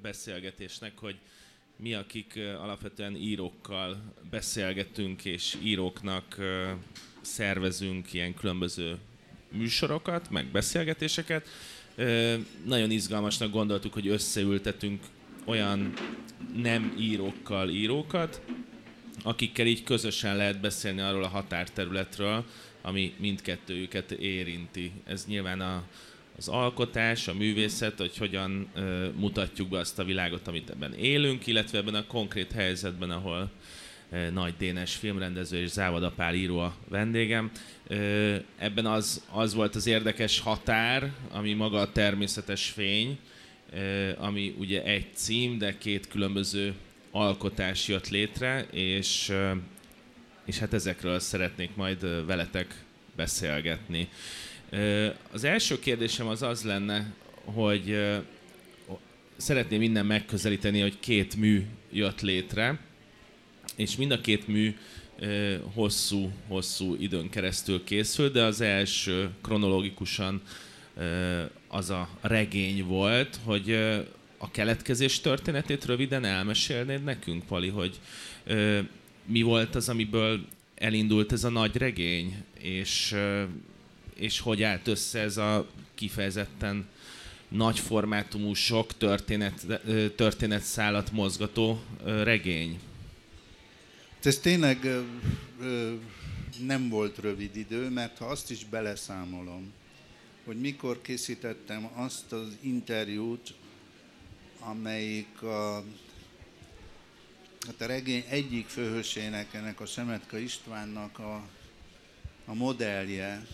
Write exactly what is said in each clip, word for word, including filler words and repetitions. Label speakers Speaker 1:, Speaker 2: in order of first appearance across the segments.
Speaker 1: beszélgetésnek, hogy mi, akik alapvetően írókkal beszélgetünk, és íróknak szervezünk ilyen különböző műsorokat, meg beszélgetéseket, nagyon izgalmasnak gondoltuk, hogy összeültetünk olyan nem írókkal írókat, akikkel így közösen lehet beszélni arról a határterületről, ami mindkettőjüket érinti. Ez nyilván a, az alkotás, a művészet, hogy hogyan uh, mutatjuk be azt a világot, amit ebben élünk, illetve ebben a konkrét helyzetben, ahol uh, Nagy Dénes filmrendező és Závada Pál író a vendégem. Uh, ebben az, az volt az érdekes határ, ami maga a természetes fény, uh, ami ugye egy cím, de két különböző alkotás jött létre, és, és hát ezekről szeretnék majd veletek beszélgetni. Az első kérdésem az az lenne, hogy szeretném innen megközelíteni, hogy két mű jött létre, és mind a két mű hosszú, hosszú időn keresztül készült, de az első kronológikusan az a regény volt, hogy a keletkezés történetét röviden elmesélnéd nekünk, Pali, hogy ö, mi volt az, amiből elindult ez a nagy regény, és, ö, és hogy állt össze ez a kifejezetten nagy formátumú, sok történet, ö, történetszálat mozgató ö, regény?
Speaker 2: Ez tényleg ö, ö, nem volt rövid idő, mert ha azt is beleszámolom, hogy mikor készítettem azt az interjút, amelyik a, hát a regény egyik főhősének, ennek a Semetka Istvánnak a, a modellje.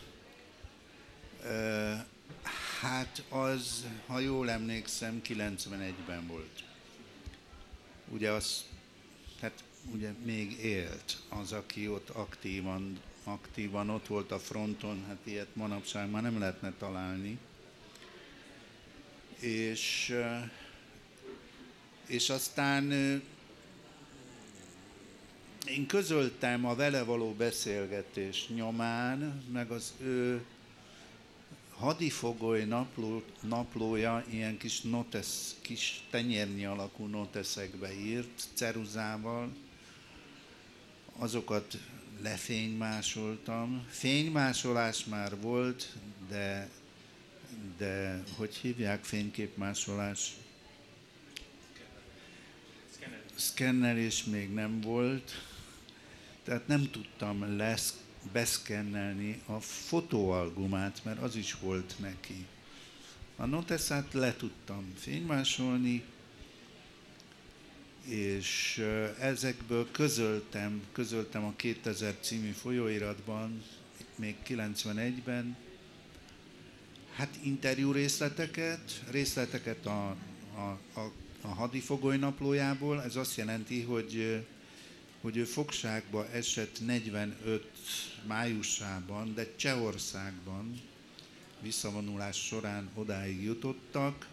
Speaker 2: E, hát az, ha jól emlékszem, kilencvenegyben volt. Ugye az, hát ugye még élt az, aki ott aktívan, aktívan ott volt a fronton, hát ilyet manapság már nem lehetne találni. És És aztán én közöltem a vele való beszélgetés nyomán, meg az ő hadifogoly napló, naplója ilyen kis, notesz, kis tenyérnyi alakú noteszekbe írt, ceruzával. Azokat lefénymásoltam. Fénymásolás már volt, de, de hogy hívják fényképmásolás? Szkennelés még nem volt, tehát nem tudtam lesz, beszkennelni a fotóalbumát, mert az is volt neki. A noteszát le tudtam fénymásolni, és ezekből közöltem, közöltem a kétezer című folyóiratban, még kilencvenegyben, hát interjú részleteket, részleteket a, a, a a hadifogoly naplójából. Ez azt jelenti, hogy, hogy ő fogságba esett negyvenöt májusában, de Csehországban visszavonulás során odáig jutottak,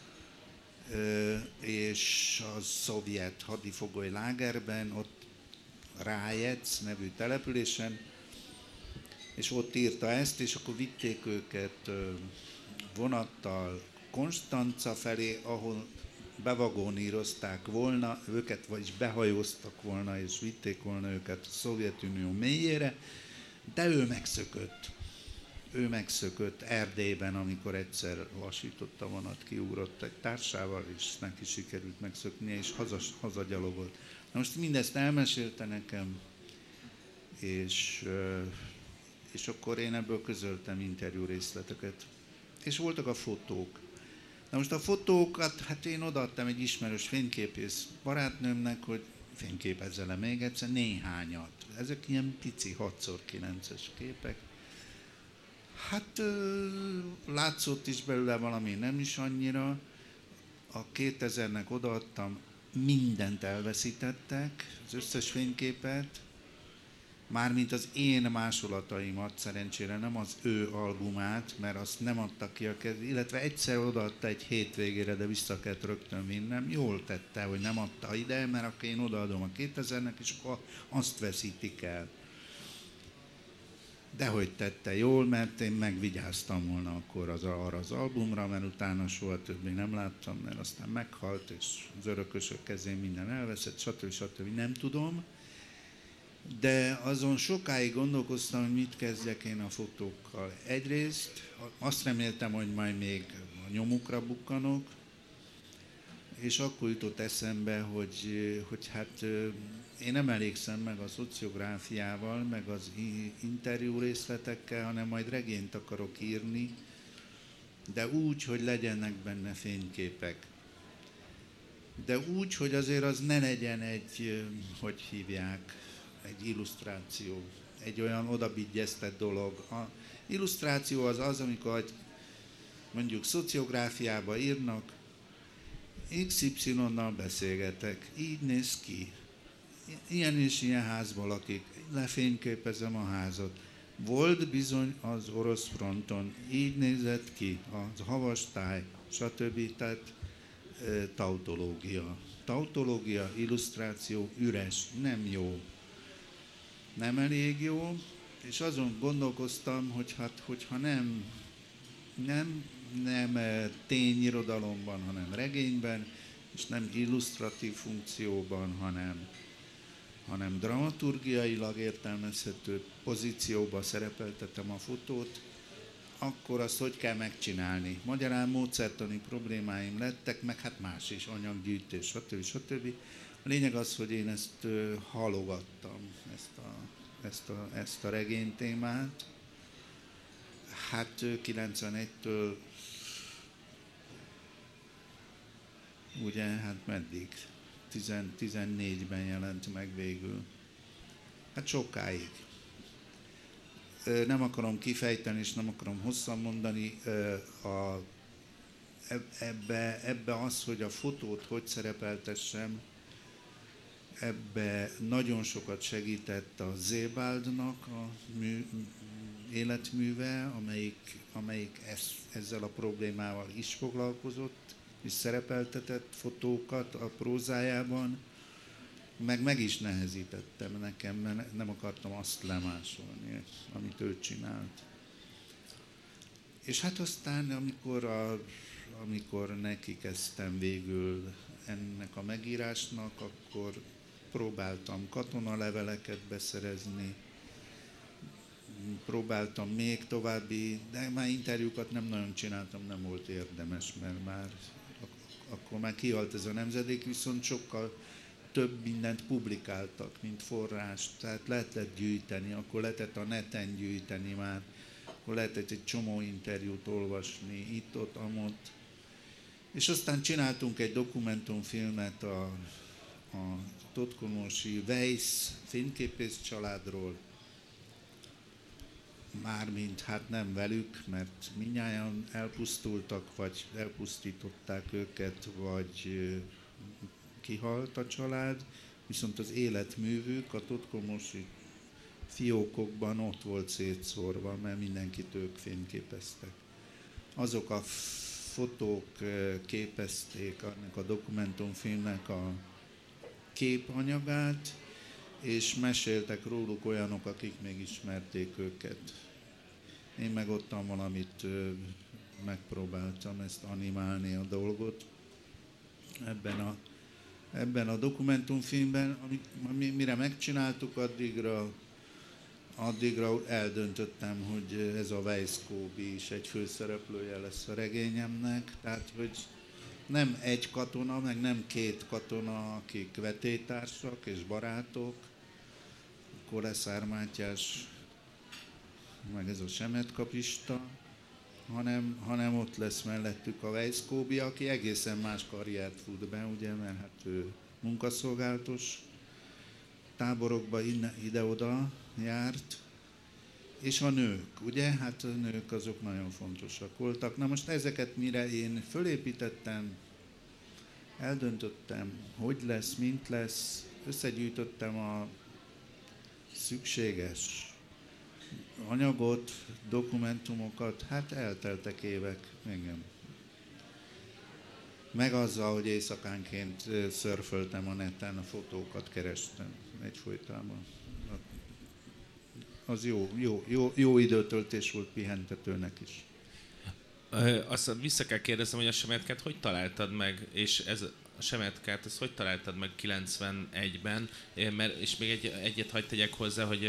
Speaker 2: és a szovjet hadifogoly lágerben, ott Rájec nevű településen, és ott írta ezt, és akkor vitték őket vonattal Konstanca felé, ahol bevagónírozták volna őket, vagyis behajóztak volna, és vitték volna őket a Szovjetunió mélyére, de ő megszökött. Ő megszökött Erdélyben, amikor egyszer lassított a vonat, kiugrott egy társával, és neki sikerült megszöknie, és haza, hazagyalogolt. Na most mindezt elmesélte nekem, és, és akkor én ebből közöltem interjú részleteket. És voltak a fotók. Na most a fotókat, hát én odaadtam egy ismerős fényképész barátnőmnek, hogy fényképezze le még egyszer néhányat. Ezek ilyen pici hat szor kilences képek. Hát ö, látszott is belőle valami, nem is annyira. A kétezernek odaadtam, mindent elveszítettek, az összes fényképet. Mármint az én másolataimat, szerencsére nem az ő albumát, mert azt nem adta ki a kezé, illetve egyszer odaadta egy hétvégére, de vissza kellett rögtön vinnem. Jól tette, hogy nem adta ide, mert akkor én odaadom a kétezernek, és akkor azt veszítik el. Dehogy tette jól, mert én megvigyáztam volna akkor az, arra az albumra, mert utána soha többé nem láttam, mert aztán meghalt, és az örökösök kezén minden elveszett, stb. stb. Nem tudom. De azon sokáig gondolkoztam, hogy mit kezdjek én a fotókkal. Egyrészt azt reméltem, hogy majd még a nyomukra bukkanok, és akkor jutott eszembe, hogy, hogy hát én nem elégszem meg a szociográfiával, meg az interjú részletekkel, hanem majd regényt akarok írni, de úgy, hogy legyenek benne fényképek. De úgy, hogy azért az ne legyen egy, hogy hívják, egy illusztráció, egy olyan odabigyeztett dolog. A illusztráció az az, amikor mondjuk szociográfiába írnak, iksz ipszilonnal beszélgetek, így néz ki. Ilyen és ilyen házban lakik, lefényképezem a házat. Volt bizony az orosz fronton, így nézett ki, a havas táj, stb. Tehát e, tautológia. Tautológia, illusztráció, üres, nem jó. Nem elég jó, és azon gondolkoztam, hogy hát, hogyha nem, nem, nem tényirodalomban, hanem regényben, és nem illusztratív funkcióban, hanem, hanem dramaturgiailag értelmezhető pozícióba szerepeltetem a fotót, akkor azt hogy kell megcsinálni. Magyarán módszertani problémáim lettek, meg hát más is, anyaggyűjtés, stb. stb. A lényeg az, hogy én ezt uh, halogattam, ezt a, ezt a, ezt a regénytémát. Hát kilencvenegytől, ugye, hát meddig? tizennégyben jelent meg végül. Hát sokáig. Nem akarom kifejteni, és nem akarom hosszan mondani, a, ebbe, ebbe az, hogy a fotót hogy szerepeltessem, ebbe nagyon sokat segített a Sebaldnak a mű, életműve, amelyik, amelyik ez, ezzel a problémával is foglalkozott, és szerepeltetett fotókat a prózájában, meg meg is nehezítettem nekem, mert nem akartam azt lemásolni, amit ő csinált. És hát aztán, amikor, a, amikor neki kezdtem végül ennek a megírásnak, akkor próbáltam katonaleveleket beszerezni, próbáltam még további, de már interjúkat nem nagyon csináltam, nem volt érdemes, mert már akkor már kihalt ez a nemzedék, viszont sokkal több mindent publikáltak, mint forrást, tehát lehetett gyűjteni, akkor lehetett a neten gyűjteni már, akkor lehetett egy csomó interjút olvasni, itt-ott, amott. És aztán csináltunk egy dokumentumfilmet a, a totkomósi Weiss fényképész családról, mármint hát nem velük, mert mindnyájan elpusztultak, vagy elpusztították őket, vagy kihalt a család, viszont az életművük a totkomosi fiókokban ott volt szétszórva, mert mindenkit ők fényképeztek. Azok a fotók képezték annak a dokumentumfilmnek a képanyagát, és meséltek róluk olyanok, akik még ismerték őket. Én meg ottan valamit megpróbáltam ezt animálni a dolgot ebben a, ebben a dokumentumfilmben, amit, mire megcsináltuk, addigra, addigra eldöntöttem, hogy ez a Weiss Kóbi is egy főszereplője lesz a regényemnek, tehát hogy nem egy katona, meg nem két katona, akik vetélytársak és barátok, Koleszár Mátyás, meg ez a semetkapista, hanem, hanem ott lesz mellettük a Weiss Kóbi, aki egészen más karriert fut be, ugye, mert hát ő munkaszolgálatos táborokba ide-oda járt, és a nők, ugye, hát a nők azok nagyon fontosak voltak. Na most ezeket mire én fölépítettem, eldöntöttem, hogy lesz, mint lesz, összegyűjtöttem a szükséges anyagot, dokumentumokat, hát elteltek évek, engem. Meg azzal, hogy éjszakánként szörföltem a neten, a fotókat kerestem egyfolytában. az jó, jó, jó, jó időtöltés volt pihentetőnek is.
Speaker 1: Azt vissza kell kérdeznem, hogy a Semetkát hogy találtad meg, és ez a Semetkát, ezt hogy találtad meg kilencvenegyben, mert, és még egy, egyet hadd tegyek hozzá, hogy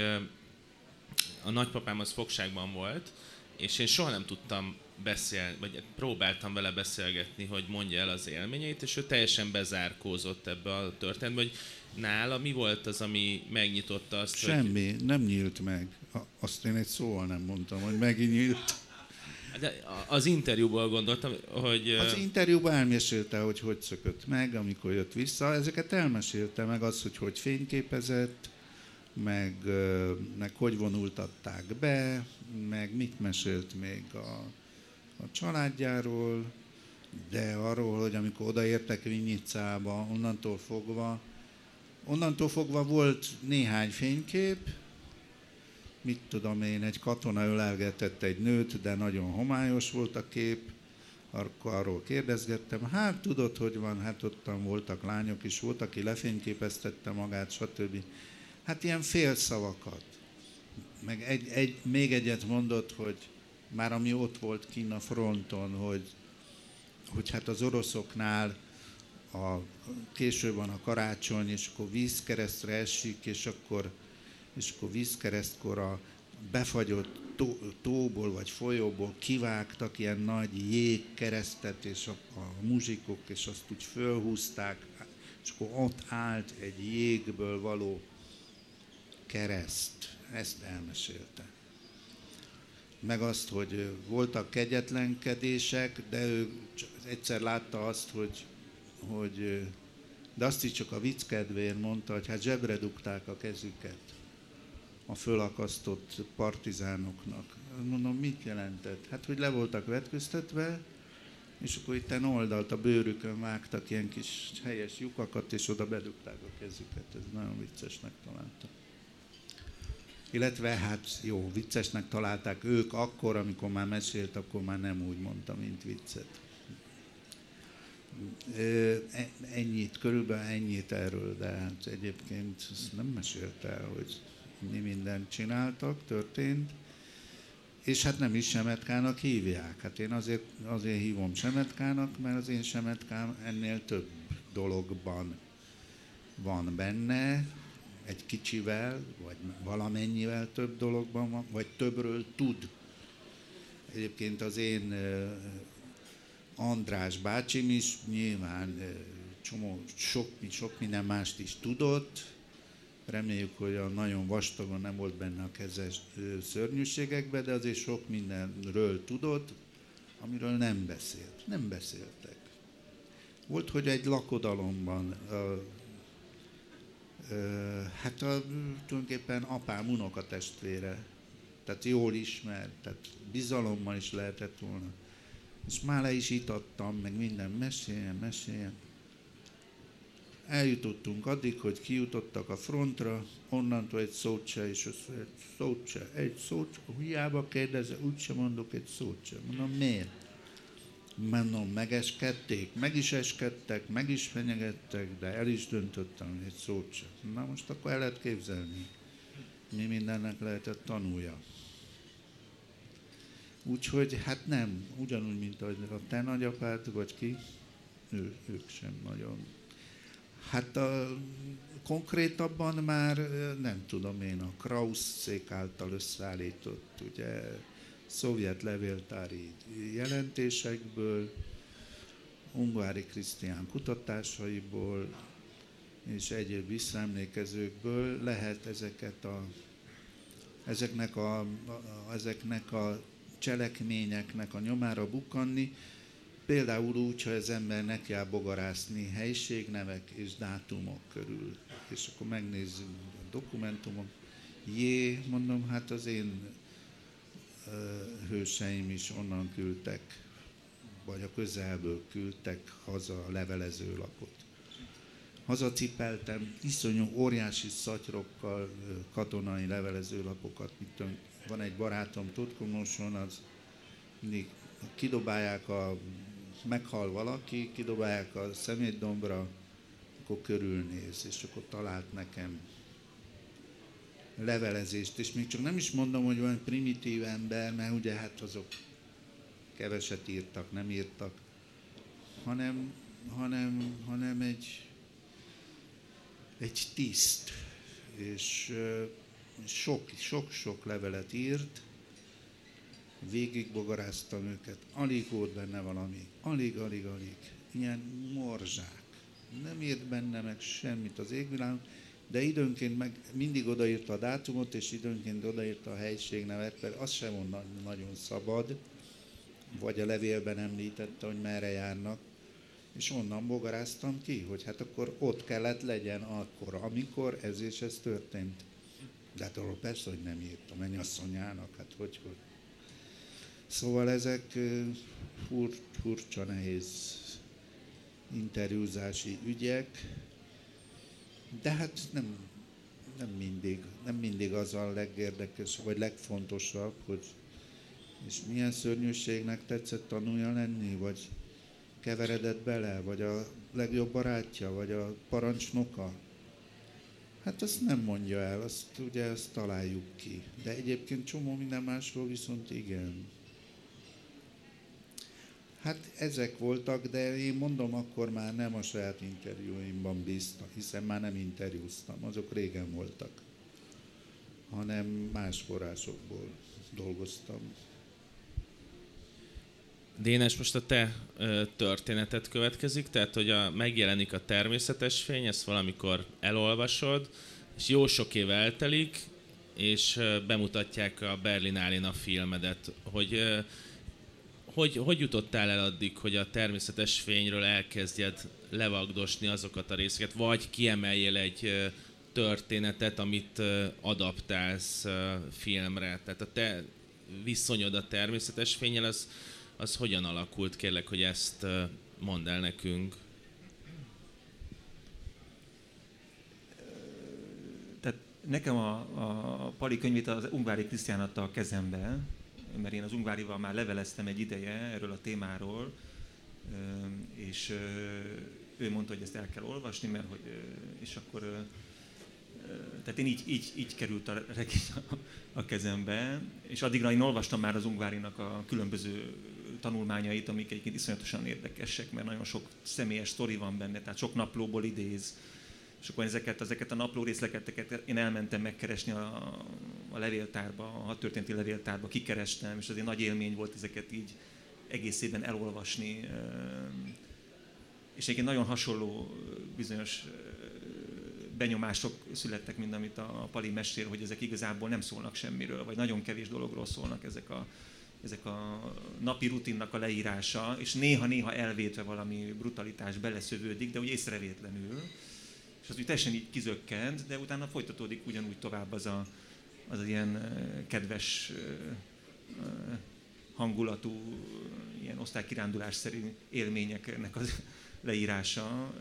Speaker 1: a nagypapám az fogságban volt, és én soha nem tudtam beszélni, vagy próbáltam vele beszélgetni, hogy mondja el az élményeit, és ő teljesen bezárkózott ebbe a történetbe, hogy nála mi volt az, ami megnyitotta azt,
Speaker 2: Semmi,
Speaker 1: hogy...
Speaker 2: nem nyílt meg. Azt én egy szóval nem mondtam, hogy megnyílt.
Speaker 1: De az interjúból gondoltam, hogy...
Speaker 2: Az interjúban elmesélte, hogy hogy szökött meg, amikor jött vissza. Ezeket elmesélte meg, az, hogy hogy fényképezett, meg, meg hogy vonultatták be, meg mit mesélt még a, a családjáról, de arról, hogy amikor odaértek Vinyicába, onnantól fogva, onnantól fogva volt néhány fénykép, mit tudom én, egy katona ölelgetett egy nőt, de nagyon homályos volt a kép, akkor arról kérdezgettem, hát tudod, hogy van, hát ottan voltak lányok is, volt, aki lefényképeztette magát, stb. Hát ilyen félszavakat. Meg egy, egy, még egyet mondott, hogy már ami ott volt kinn a fronton, hogy, hogy hát az oroszoknál a, később van a karácsony, és akkor vízkeresztre esik, és akkor, és akkor vízkeresztkor a befagyott tó, tóból vagy folyóból kivágtak ilyen nagy jégkeresztet, és a, a muzsikok, és azt úgy fölhúzták, és akkor ott állt egy jégből való kereszt. Ezt elmesélte. Meg azt, hogy voltak kegyetlenkedések, de ő egyszer látta azt, hogy, hogy de azt is csak a vicc kedvéért mondta, hogy hát zsebre dugták a kezüket a fölakasztott partizánoknak. Mondom, mit jelentett? Hát, hogy le voltak vetköztetve, és akkor itt oldalt a bőrükön vágtak ilyen kis helyes lyukakat, és oda bedugták a kezüket. Ez nagyon viccesnek találta. Illetve hát jó, viccesnek találták ők akkor, amikor már mesélt, akkor már nem úgy mondta, mint viccet. Ennyit, körülbelül ennyit erről, de hát egyébként ezt nem mesélte el, hogy mi mindent csináltak, történt. És hát nem is Semetkának hívják. Hát én azért, azért hívom Semetkának, mert az én Semetkám ennél több dologban van benne, egy kicsivel, vagy valamennyivel több dologban van, vagy többről tud. Egyébként az én András bácsim is nyilván csomó, sok, sok minden mást is tudott. Reméljük, hogy a nagyon vastagon nem volt benne a kezes szörnyűségekben, de azért sok mindenről tudott, amiről nem beszélt. Nem beszéltek. Volt, hogy egy lakodalomban, a, a, hát a, tulajdonképpen apám unokatestvére, tehát jól ismert, tehát bizalommal is lehetett volna. És már le is itattam, meg minden, meséljen, meséljen. Eljutottunk addig, hogy kijutottak a frontra, onnantól egy szót se, és azt mondja, egy szót se, egy szót se, hiába kérdezze, úgysem mondok egy szót se. Mondom, miért? Mondom, megeskedték, meg is eskedtek, meg is fenyegettek, de el is döntöttem, hogy egy szót se. Na most akkor el lehet képzelni, mi mindennek lehetett tanulja. Úgyhogy hát nem, ugyanúgy, mint ahogy a te nagyapád, vagy ki, ő, ők sem nagyon. Hát a, konkrétabban már nem tudom én, a Krausz-szék által összeállított ugye, szovjet levéltári jelentésekből, Ungvári Krisztián kutatásaiból és egyéb visszaemlékezőkből lehet ezeket a, ezeknek, a, a, ezeknek a cselekményeknek a nyomára bukkanni, például úgy, hogy az ember nekiáll bogarászni helyiségnevek és dátumok körül. És akkor megnézzük a dokumentumok. Jé, mondom, hát az én uh, hőseim is onnan küldtek, vagy a közelből küldtek haza a levelezőlapot. Hazacipeltem iszonyú óriási szatyrokkal uh, katonai levelezőlapokat. Mit tudom, van egy barátom Tutkonoson, az mindig kidobálják a meghal valaki, kidobálják a szemétdombra, akkor körülnéz, és akkor talált nekem levelezést, és még csak nem is mondom, hogy van primitív ember, mert ugye hát azok keveset írtak, nem írtak, hanem, hanem, hanem egy, egy tiszt, és sok-sok levelet írt, végigbogaráztam őket, alig volt benne valami, alig, alig, alig, ilyen morzsák. Nem írt benne meg semmit az égvilágon, de időnként meg mindig odaírta a dátumot, és időnként odaírta a helyiségnevet, mert az sem onnan nagyon szabad, vagy a levélben említette, hogy merre járnak, és onnan bogaráztam ki, hogy hát akkor ott kellett legyen akkor, amikor ez és ez történt. De hát arról persze, hogy nem írt a mennyasszonyának, hát hogy, hogy. Szóval ezek fur, furcsa, nehéz interjúzási ügyek, de hát nem, nem, mindig, nem mindig az a legérdekesebb, vagy legfontosabb, hogy és milyen szörnyűségnek tetszett tanulja lenni, vagy keveredett bele, vagy a legjobb barátja, vagy a parancsnoka. Hát azt nem mondja el, azt ugye azt találjuk ki. De egyébként csomó minden másról viszont igen. Hát ezek voltak, de én mondom, akkor már nem a saját interjúimban bíztam, hiszen már nem interjúztam, azok régen voltak, hanem más forrásokból dolgoztam.
Speaker 1: Dénes, most a te ö, történeted következik, tehát hogy a, megjelenik a természetes fény, ezt valamikor elolvasod, és jó sok év eltelik, és ö, bemutatják a Berlinálén a filmedet, hogy ö, Hogy, hogy jutottál el addig, hogy a természetes fényről elkezdjed levagdosni azokat a részeket, vagy kiemeljél egy történetet, amit adaptálsz filmre? Tehát a te viszonyod a természetes fénnyel, az, az hogyan alakult? Kérlek, hogy ezt mondd el nekünk.
Speaker 3: Tehát nekem a, a Pali könyvét az Ungvári Krisztián adta a kezembe, mert én az Ungvárival már leveleztem egy ideje erről a témáról, és ő mondta, hogy ezt el kell olvasni, mert hogy, és akkor, tehát én így, így, így került a regény a kezembe, és addigra én olvastam már az Ungvárinak a különböző tanulmányait, amik egyébként iszonyatosan érdekesek, mert nagyon sok személyes sztori van benne, tehát sok naplóból idéz, és akkor ezeket, ezeket a napló részleteket én elmentem megkeresni a, a levéltárba, a hadtörténeti levéltárba, kikerestem, és azért nagy élmény volt ezeket így egészében elolvasni. És egyébként nagyon hasonló bizonyos benyomások születtek, mint amit a Pali mesél, hogy ezek igazából nem szólnak semmiről, vagy nagyon kevés dologról szólnak ezek a, ezek a napi rutinnak a leírása, és néha-néha elvétve valami brutalitás beleszövődik, de úgy észrevétlenül. És az úgy teljesen így kizökkent, de utána folytatódik ugyanúgy tovább az a, az a ilyen kedves hangulatú, ilyen osztálykirándulásszerű élményeknek az leírása.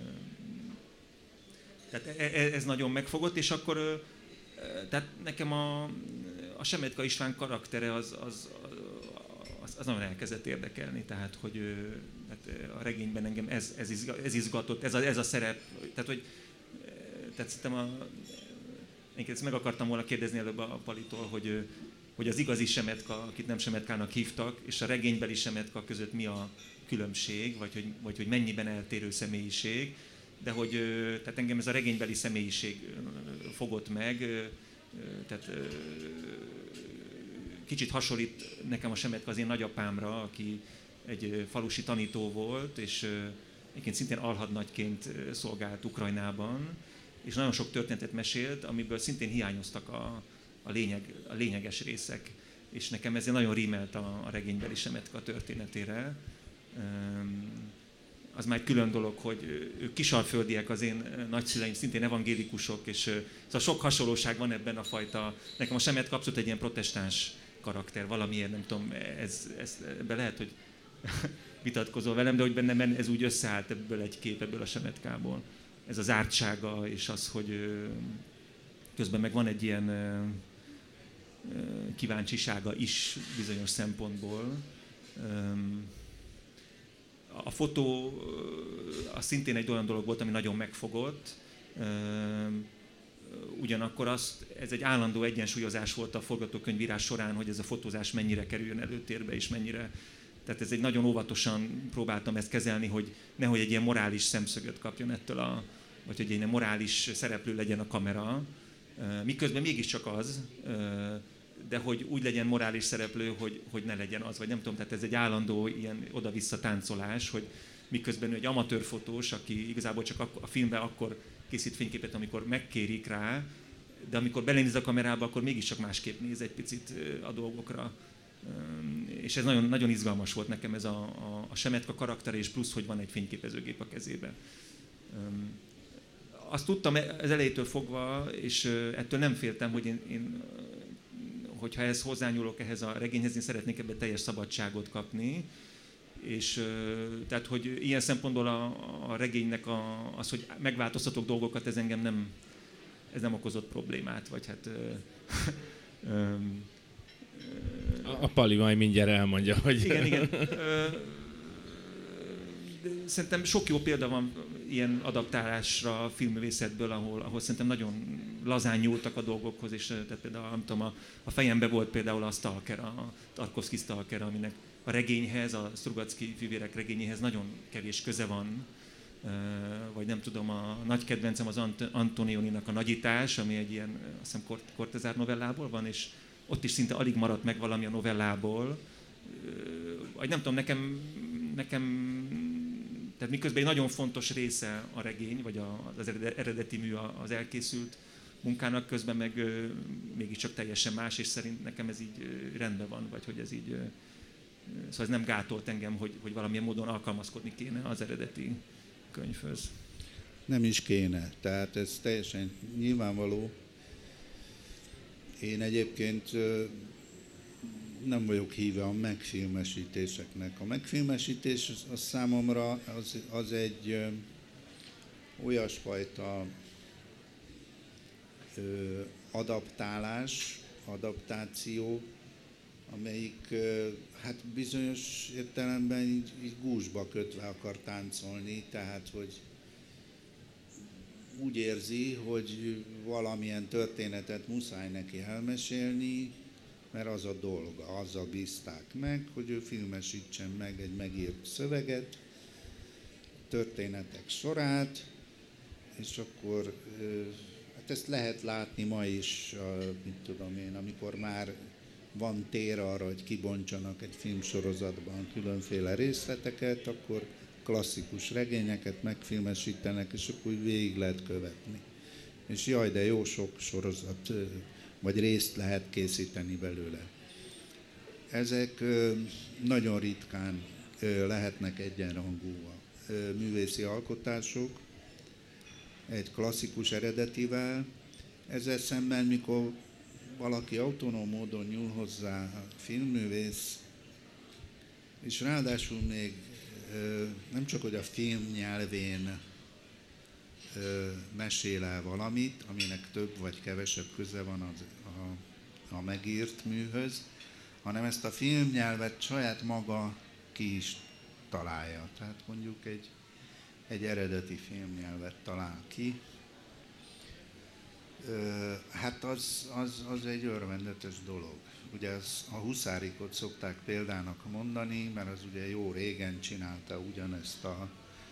Speaker 3: Tehát ez nagyon megfogott, és akkor tehát nekem a, a Semetka István karaktere az, az, az, az nagyon elkezdett érdekelni, tehát hogy hát a regényben engem ez, ez, izga, ez izgatott, ez a, ez a szerep, tehát hogy tehát szerintem a, én ezt meg akartam volna kérdezni előbb a Palitól, hogy, hogy az igazi Semetka, akit nem Semetkának hívtak, és a regénybeli Semetka között mi a különbség, vagy hogy, vagy hogy mennyiben eltérő személyiség, de hogy tehát engem ez a regénybeli személyiség fogott meg, tehát kicsit hasonlít nekem a Semetka az én nagyapámra, aki egy falusi tanító volt, és egyébként szintén alhadnagyként szolgált Ukrajnában, és nagyon sok történetet mesélt, amiből szintén hiányoztak a, a, lényeg, a lényeges részek, és nekem ezért nagyon rímelt a, a regénybeli Semetka történetére. Az már egy külön dolog, hogy ők kisalföldiek, az én nagyszüleim szintén evangélikusok, és szóval sok hasonlóság van ebben a fajta, nekem a Semetka abszolút egy ilyen protestáns karakter, valamiért, nem tudom, ez, ez, ebben lehet, hogy vitatkozol velem, de hogy bennem ez úgy összeállt ebből egy kép, ebből a Semetkából. Ez az ártsága, és az, hogy közben meg van egy ilyen kíváncsisága is bizonyos szempontból. A fotó az szintén egy olyan dolog volt, ami nagyon megfogott. ugyanakkor azt, ez egy állandó egyensúlyozás volt a forgatókönyvírás során, hogy ez a fotózás mennyire kerüljön előtérbe, és mennyire... Tehát ez egy nagyon óvatosan próbáltam ezt kezelni, hogy nehogy egy ilyen morális szemszögöt kapjon ettől a... vagy hogy egy ilyen morális szereplő legyen a kamera, miközben mégiscsak az, de hogy úgy legyen morális szereplő, hogy, hogy ne legyen az, vagy nem tudom, tehát ez egy állandó ilyen oda-vissza táncolás, hogy miközben ő egy amatőrfotós, aki igazából csak a filmben akkor készít fényképet, amikor megkérik rá, de amikor belenéz a kamerába, akkor mégiscsak másképp néz egy picit a dolgokra. És ez nagyon, nagyon izgalmas volt nekem ez a, a, a Semetka karaktere, és plusz, hogy van egy fényképezőgép a kezében. Azt tudtam az elejétől fogva, és ettől nem féltem, hogy én, én hogyha ehhez hozzányúlok ehhez a regényhez, én szeretnék ebbe teljes szabadságot kapni. És tehát, hogy ilyen szempontból a, a regénynek a, az, hogy megváltoztatok dolgokat, ez engem nem, ez nem okozott problémát, vagy hát... Ö, ö,
Speaker 1: a, a Pali majd mindjárt elmondja, hogy...
Speaker 3: Igen, igen. Ö, szerintem sok jó példa van ilyen adaptálásra a filmművészetből, ahol, ahol szerintem nagyon lazán nyúltak a dolgokhoz, és tehát például, nem tudom, a, a fejembe volt például a Stalker, a Tarkovsky Stalker, aminek a regényhez, a Strugatsky fivérek regényéhez nagyon kevés köze van, vagy nem tudom, a nagy kedvencem az Ant- Antonioninak a Nagyítás, ami egy ilyen, azt hiszem, Kortezár novellából van, és ott is szinte alig maradt meg valami a novellából. Vagy nem tudom, nekem, nekem tehát miközben egy nagyon fontos része a regény, vagy az eredeti mű az elkészült munkának, közben meg mégiscsak teljesen más, és szerint nekem ez így rendben van, vagy hogy ez így... Szóval ez nem gátolt engem, hogy, hogy valamilyen módon alkalmazkodni kéne az eredeti könyvhöz.
Speaker 2: Nem is kéne, tehát ez teljesen nyilvánvaló. Én egyébként nem vagyok híve a megfilmesítéseknek. A megfilmesítés az, az számomra az, az egy olyasfajta ö, adaptálás, adaptáció, amelyik hát bizonyos értelemben így, így gúzsba kötve akar táncolni, tehát hogy úgy érzi, hogy valamilyen történetet muszáj neki elmesélni, mert az a dolga, azzal bízták meg, hogy ő filmesítsen meg egy megírt szöveget, történetek sorát, és akkor hát ezt lehet látni ma is, mit tudom én, amikor már van tér arra, hogy kibontsanak egy filmsorozatban különféle részleteket, akkor klasszikus regényeket megfilmesítenek, és akkor úgy végig lehet követni. És jaj, de jó sok sorozat, vagy részt lehet készíteni belőle. Ezek nagyon ritkán lehetnek egyenrangú művészi alkotások, egy klasszikus eredetivel. Ezzel szemben, mikor valaki autonóm módon nyúl hozzá a filmművész, és ráadásul még nem csak, hogy a film nyelvén mesél el valamit, aminek több vagy kevesebb köze van az, a, a megírt műhöz, hanem ezt a filmnyelvet saját maga ki is találja. Tehát mondjuk egy, egy eredeti filmnyelvet talál ki. Hát az, az, az egy örvendetes dolog. Ugye az, a Huszárikot szokták példának mondani, mert az ugye jó régen csinálta ugyanezt a,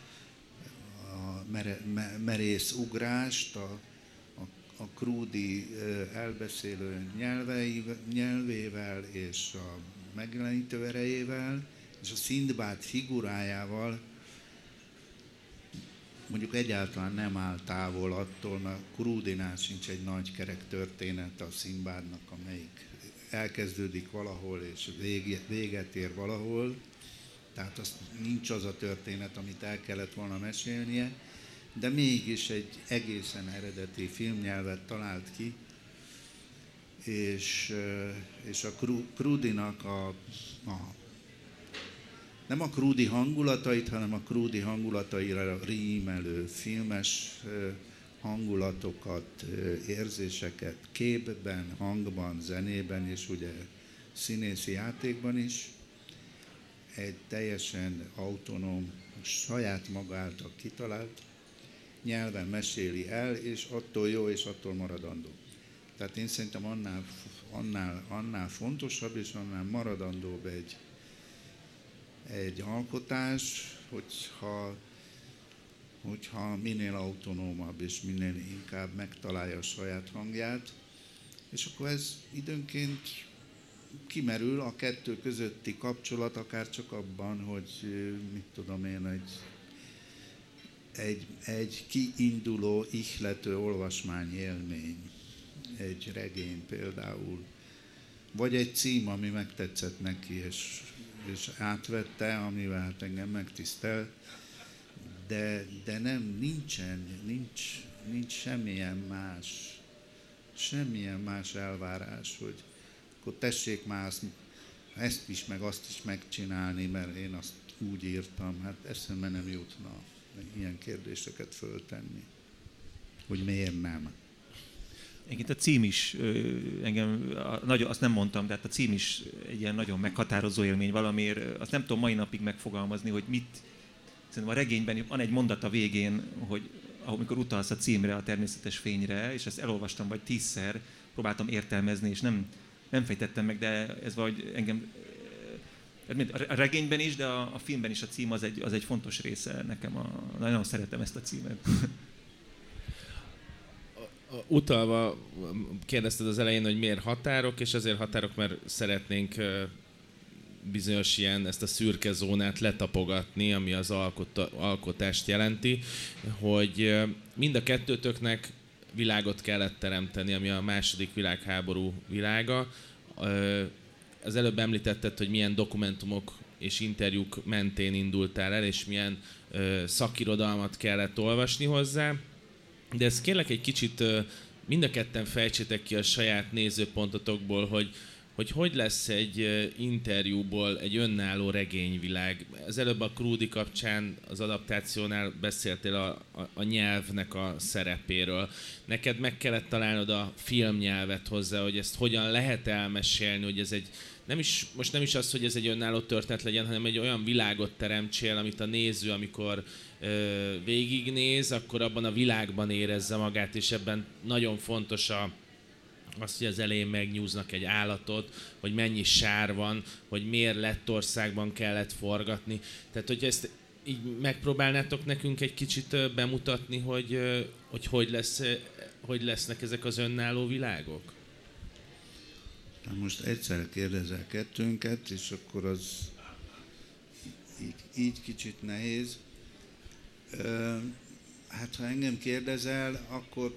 Speaker 2: a mere, me, merész ugrást, a, a, a krúdi elbeszélő nyelvei, nyelvével és a megjelenítő erejével, és a Szindbád figurájával mondjuk egyáltalán nem áll távol attól, mert Krúdinál sincs egy nagy kerek történet a Szindbádnak, amelyik elkezdődik valahol és véget ér valahol. Tehát az, nincs az a történet, amit el kellett volna mesélnie, de mégis egy egészen eredeti filmnyelvet talált ki, és, és a Krúdinak a, a nem a krúdi hangulatait, hanem a krúdi hangulataira rímelő filmes hangulatokat, érzéseket képben, hangban, zenében és ugye színészi játékban is egy teljesen autonóm, saját maga által kitalált nyelven meséli el, és attól jó, és attól maradandó. Tehát én szerintem annál, annál, annál fontosabb, és annál maradandóbb egy, egy alkotás, hogyha, hogyha minél autonómabb, és minél inkább megtalálja a saját hangját, és akkor ez időnként kimerül a kettő közötti kapcsolat, akár csak abban, hogy mit tudom én, egy, egy, egy kiinduló, ihlető olvasmány élmény, egy regény például, vagy egy cím, ami megtetszett neki, és, és átvette, amivel hát engem megtisztel, de, de nem, nincsen, nincs, nincs semmilyen más, semmilyen más elvárás, hogy akkor tessék már azt, ezt is, meg azt is megcsinálni, mert én azt úgy írtam, hát eszembe nem jutna ilyen kérdéseket föltenni, hogy miért nem.
Speaker 3: Egyébként a cím is, engem, nagyon, azt nem mondtam, de hát a cím is egy ilyen nagyon meghatározó élmény valamiért, azt nem tudom mai napig megfogalmazni, hogy mit, szerintem a regényben van egy mondat a végén, hogy amikor utalsz a címre, a természetes fényre, és ezt elolvastam vagy tízszer, próbáltam értelmezni, és nem, nem fejtettem meg, de ez vagy engem, a regényben is, de a, a filmben is a cím az egy, az egy fontos része nekem, a, nagyon szeretem ezt a címet.
Speaker 1: Utalva kérdezted az elején, hogy miért határok, és azért határok, mert szeretnénk bizonyos ilyen, ezt a szürke zónát letapogatni, ami az alkot, alkotást jelenti, hogy mind a kettőtöknek világot kellett teremteni, ami a második világháború világa. Az előbb említetted, hogy milyen dokumentumok és interjúk mentén indultál el, és milyen szakirodalmat kellett olvasni hozzá. De ezt kérlek egy kicsit mind a ketten fejtsétek ki a saját nézőpontotokból, hogy hogy hogy lesz egy interjúból egy önálló regényvilág. Az előbb a Krúdy kapcsán az adaptációnál beszéltél a, a, a nyelvnek a szerepéről. Neked meg kellett találnod a filmnyelvet hozzá, hogy ezt hogyan lehet elmesélni, hogy ez egy, nem is, most nem is az, hogy ez egy önálló történet legyen, hanem egy olyan világot teremtsél, amit a néző, amikor ö, végignéz, akkor abban a világban érezze magát, és ebben nagyon fontos a azt, hogy az elején megnyúznak egy állatot, hogy mennyi sár van, hogy miért Lettországban kellett forgatni. Tehát, hogy ezt így megpróbálnátok nekünk egy kicsit bemutatni, hogy hogy, hogy, lesz, hogy lesznek ezek az önálló világok?
Speaker 2: Na most egyszer kérdezel kettőnket, és akkor az így, így kicsit nehéz. Hát, ha engem kérdezel, akkor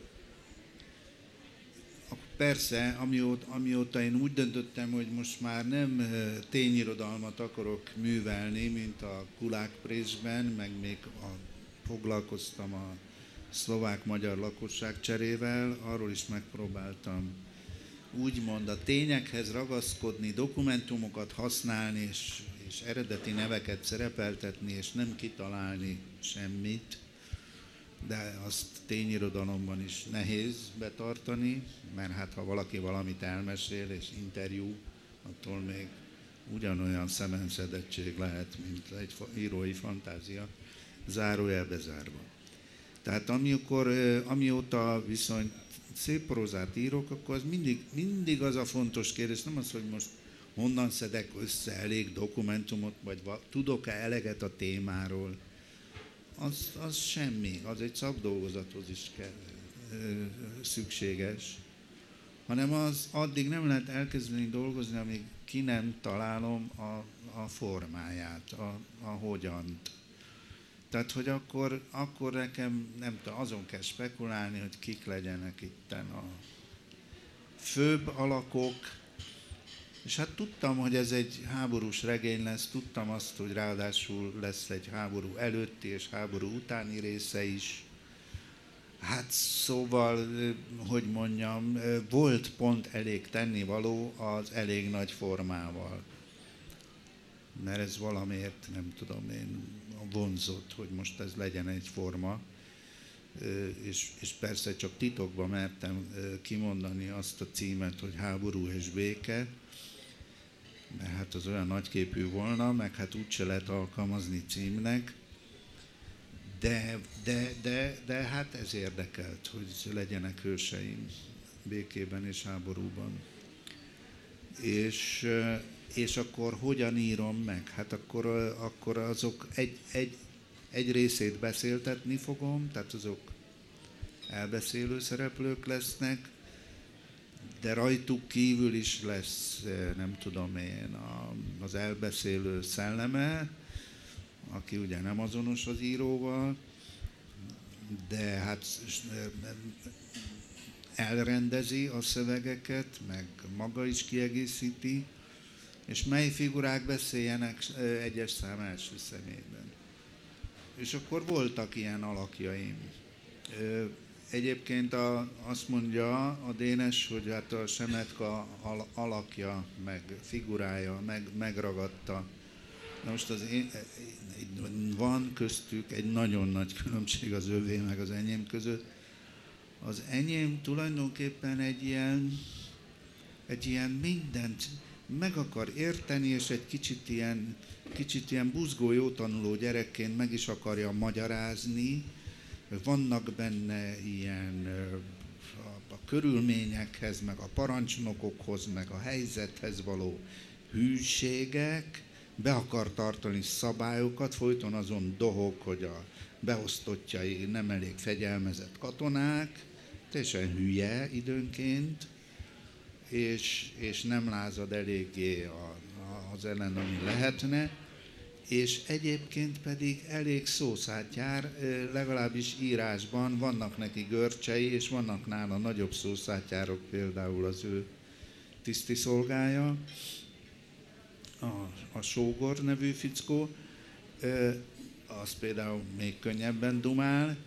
Speaker 2: persze, amióta, amióta én úgy döntöttem, hogy most már nem tényirodalmat akarok művelni, mint a Kulák Présben, meg még a, foglalkoztam a szlovák-magyar lakosság cserével, arról is megpróbáltam úgymond a tényekhez ragaszkodni, dokumentumokat használni, és, és eredeti neveket szerepeltetni, és nem kitalálni semmit. De azt tényirodalomban is nehéz betartani, mert hát ha valaki valamit elmesél és interjú, attól még ugyanolyan szemenszedettség lehet, mint egy írói fantázia, zárójelbe zárva. Tehát amikor, amióta viszont szép prózát írok, akkor az mindig, mindig az a fontos kérdés, nem az, hogy most honnan szedek össze elég dokumentumot, vagy tudok-e eleget a témáról. Az, az semmi, az egy szakdolgozathoz is kell, ö, szükséges, hanem az addig nem lehet elkezdeni dolgozni, amíg ki nem találom a, a formáját, a, a hogyant. Tehát, hogy akkor, akkor nekem, nem tudom, azon kell spekulálni, hogy kik legyenek itten a főbb alakok, és hát tudtam, hogy ez egy háborús regény lesz, tudtam azt, hogy ráadásul lesz egy háború előtti és háború utáni része is. Hát szóval, hogy mondjam, volt pont elég tennivaló az elég nagy formával. Mert ez valamiért, nem tudom én, vonzott, hogy most ez legyen egy forma. És, és persze csak titokban mertem kimondani azt a címet, hogy Háború és béke, mert hát az olyan nagyképű volna, meg hát úgyse lehet alkalmazni címnek, De, de, de, de hát ez érdekelt, hogy legyenek hőseim békében és háborúban. És, és akkor hogyan írom meg? Hát akkor, akkor azok egy, egy, egy részét beszéltetni fogom, tehát azok elbeszélő szereplők lesznek, de rajtuk kívül is lesz, nem tudom én, az elbeszélő szelleme, aki ugye nem azonos az íróval, de hát elrendezi a szövegeket, meg maga is kiegészíti, és mely figurák beszéljenek egyes szám első személyben. És akkor voltak ilyen alakjaim. Egyébként a, azt mondja a Dénes, hogy hát a Semetka alakja, meg figurája meg, megragadta. Na most az én, van köztük egy nagyon nagy különbség az övé meg az enyém között. Az enyém tulajdonképpen egy ilyen, egy ilyen mindent meg akar érteni, és egy kicsit ilyen, kicsit ilyen buzgó, jó tanuló gyerekként meg is akarja magyarázni. Vannak benne ilyen a, a körülményekhez, meg a parancsnokokhoz, meg a helyzethez való hűségek, be akar tartani szabályokat, folyton azon dohog, hogy a beosztottjai nem elég fegyelmezett katonák, teljesen hülye időnként, és, és nem lázad eléggé a, a, az ellen, ami lehetne, és egyébként pedig elég szószátjár, legalábbis írásban vannak neki görcsei, és vannak nála nagyobb szószátjárok, például az ő tisztiszolgája, a, a Sógor nevű fickó, az például még könnyebben dumál,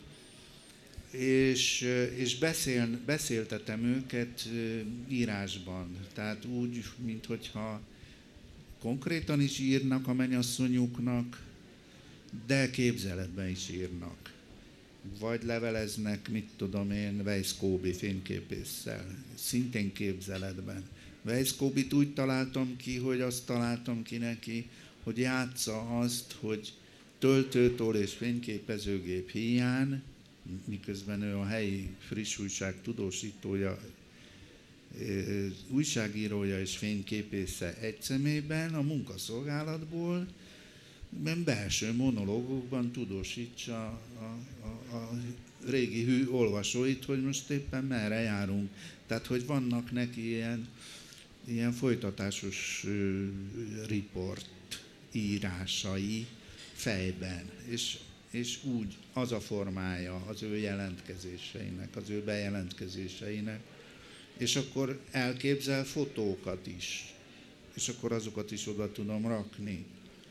Speaker 2: és, és beszél, beszéltetem őket írásban, tehát úgy, minthogyha konkrétan is írnak a mennyasszonyuknak, de képzeletben is írnak. Vagy leveleznek, mit tudom én, Weiss Kóbi fényképésszel, szintén képzeletben. Weiss Kóbit úgy találtam ki, hogy azt találtam ki neki, hogy játsza azt, hogy töltőtól és fényképezőgép hiány, miközben ő a helyi friss újság tudósítója, újságírója és fényképésze egy személyben a munkaszolgálatból belső monológokban tudósítsa a, a, a régi hű olvasóit, hogy most éppen merre járunk. Tehát, hogy vannak neki ilyen, ilyen folytatásos uh, riport írásai fejben, és, és úgy az a formája az ő jelentkezéseinek, az ő bejelentkezéseinek, és akkor elképzel fotókat is, és akkor azokat is oda tudom rakni.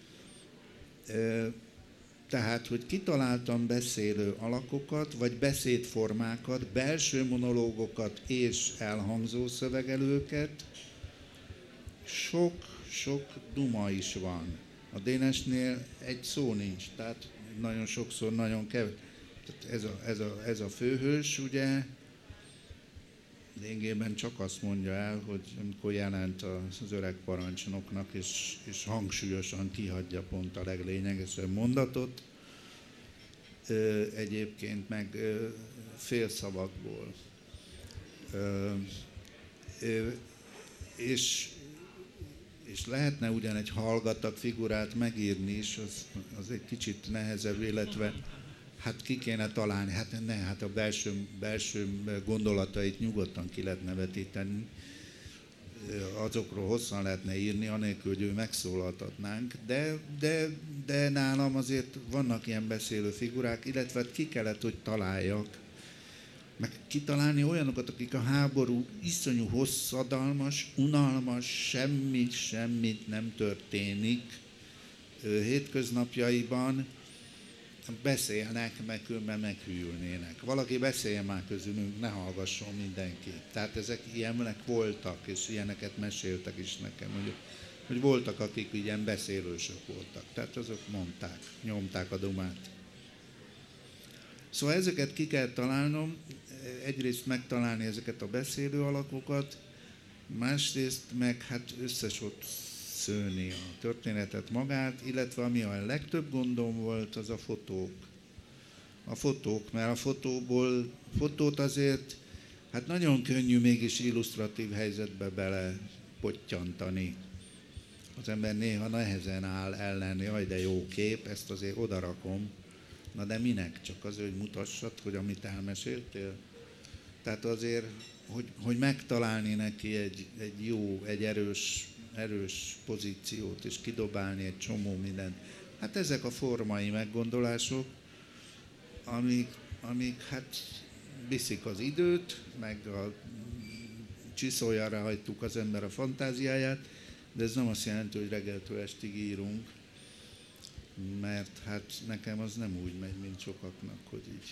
Speaker 2: Tehát, hogy kitaláltam beszélő alakokat, vagy beszédformákat, belső monológokat és elhangzó szövegelőket, sok-sok duma is van. A Dénesnél egy szó nincs, tehát nagyon sokszor nagyon kevés. Tehát ez a, ez a, ez a főhős, ugye, lényegében csak azt mondja el, hogy amikor jelent az öreg parancsnoknak, és, és hangsúlyosan kihagyja pont a leglényegesebb mondatot, egyébként meg félszavakból. És, és lehetne ugyan egy hallgatag figurát megírni is, az, az egy kicsit nehezebb, illetve hát ki kéne találni, hát ne, hát a belső, belső gondolatait nyugodtan ki lehetne vetíteni, azokról hosszan lehetne írni, anélkül, hogy ő megszólaltatnánk, de, de, de nálam azért vannak ilyen beszélő figurák, illetve ki kellett, hogy találjak, meg kitalálni olyanokat, akik a háború iszonyú hosszadalmas, unalmas, semmi, semmit nem történik hétköznapjaiban, beszélnek, meg különben meghűlnének. Valaki beszéljen már közülünk, ne hallgasson mindenki. Tehát ezek ilyenek voltak, és ilyeneket meséltek is nekem, hogy, hogy voltak, akik ilyen beszélősök voltak. Tehát azok mondták, nyomták a dumát. Szóval ezeket ki kell találnom, egyrészt megtalálni ezeket a beszélő alakokat, másrészt meg hát összes ott szőni a történetet magát, illetve ami a legtöbb gondom volt, az a fotók. a fotók, mert a fotóból, fotót azért, hát nagyon könnyű mégis illusztratív helyzetbe bele pottyantani. Az ember néha nehezen áll ellen, jaj, de jó kép, ezt azért odarakom. Na de minek? Csak azért, hogy mutassad, hogy amit elmeséltél? Tehát azért, hogy, hogy megtalálni neki egy, egy jó, egy erős, erős pozíciót, és kidobálni egy csomó mindent. Hát ezek a formai meggondolások, amik, amik hát viszik az időt, meg a csiszoljára hagytuk az ember a fantáziáját, de ez nem azt jelenti, hogy reggeltől estig írunk, mert hát nekem az nem úgy megy, mint sokaknak, hogy így,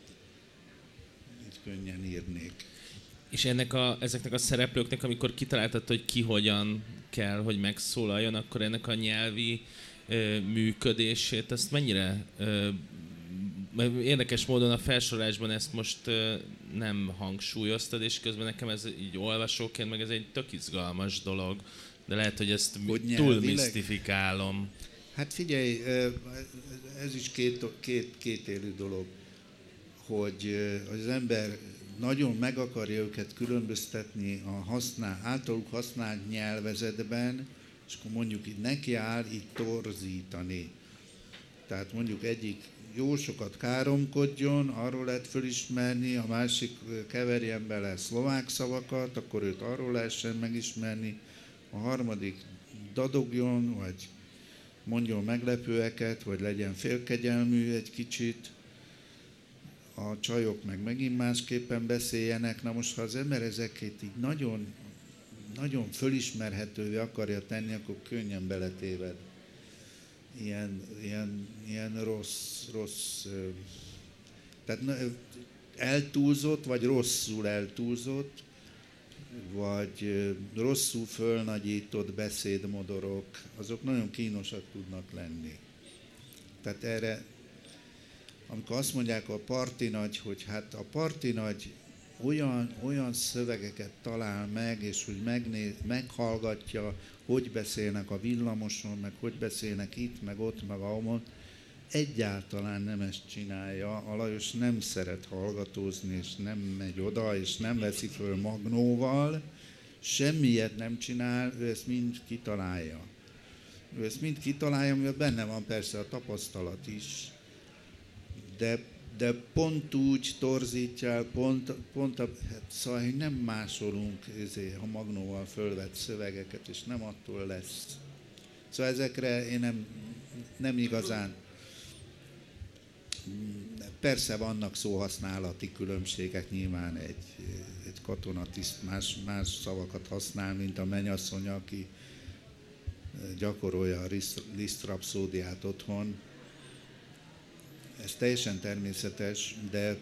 Speaker 2: így könnyen írnék.
Speaker 1: És ennek a, ezeknek a szereplőknek, amikor kitaláltad, hogy ki hogyan kell, hogy megszólaljon, akkor ennek a nyelvi ö, működését, ezt mennyire... Ö, érdekes módon a felsorolásban ezt most ö, nem hangsúlyoztad, és közben nekem ez így olvasóként, meg ez egy tök izgalmas dolog, de lehet, hogy ezt hogy túl misztifikálom.
Speaker 2: Hát figyelj, ez is két, két, két élő dolog, hogy az ember nagyon meg akarja őket különböztetni a használ, általuk használt nyelvezetben, és akkor mondjuk így nekiáll így torzítani. Tehát mondjuk egyik jó sokat káromkodjon, arról lehet fölismerni, a másik keverjen bele szlovák szavakat, akkor őt arról lehessen megismerni, a harmadik dadogjon, vagy mondjon meglepőeket, vagy legyen félkegyelmű egy kicsit, a csajok meg megint másképpen beszéljenek. Na most, ha az ember ezeket így nagyon, nagyon fölismerhetővé akarja tenni, akkor könnyen beletéved. Ilyen, ilyen, ilyen rossz, rossz, tehát eltúlzott, vagy rosszul eltúlzott, vagy rosszul fölnagyított beszédmodorok, azok nagyon kínosak tudnak lenni. Tehát erre, amikor azt mondják a parti nagy, hogy hát a parti nagy olyan, olyan szövegeket talál meg, és hogy megnéz, meghallgatja, hogy beszélnek a villamoson, meg hogy beszélnek itt, meg ott, meg ahol, egyáltalán nem ezt csinálja. A Lajos nem szeret hallgatózni, és nem megy oda, és nem veszi föl magnóval, semmilyet nem csinál, ő ezt mind kitalálja. Ő ezt mind kitalálja, mivel benne van persze a tapasztalat is, de, de pont úgy torzítja, pont, pont a, hát szóval, hogy nem másolunk ezért, ha magnóval fölvett szövegeket, és nem attól lesz. Szóval ezekre én nem, nem igazán. Persze vannak szóhasználati különbségek, nyilván egy, egy katonatiszt más, más szavakat használ, mint a mennyasszony, aki gyakorolja a Liszt rapszódiát otthon. Ez teljesen természetes, de,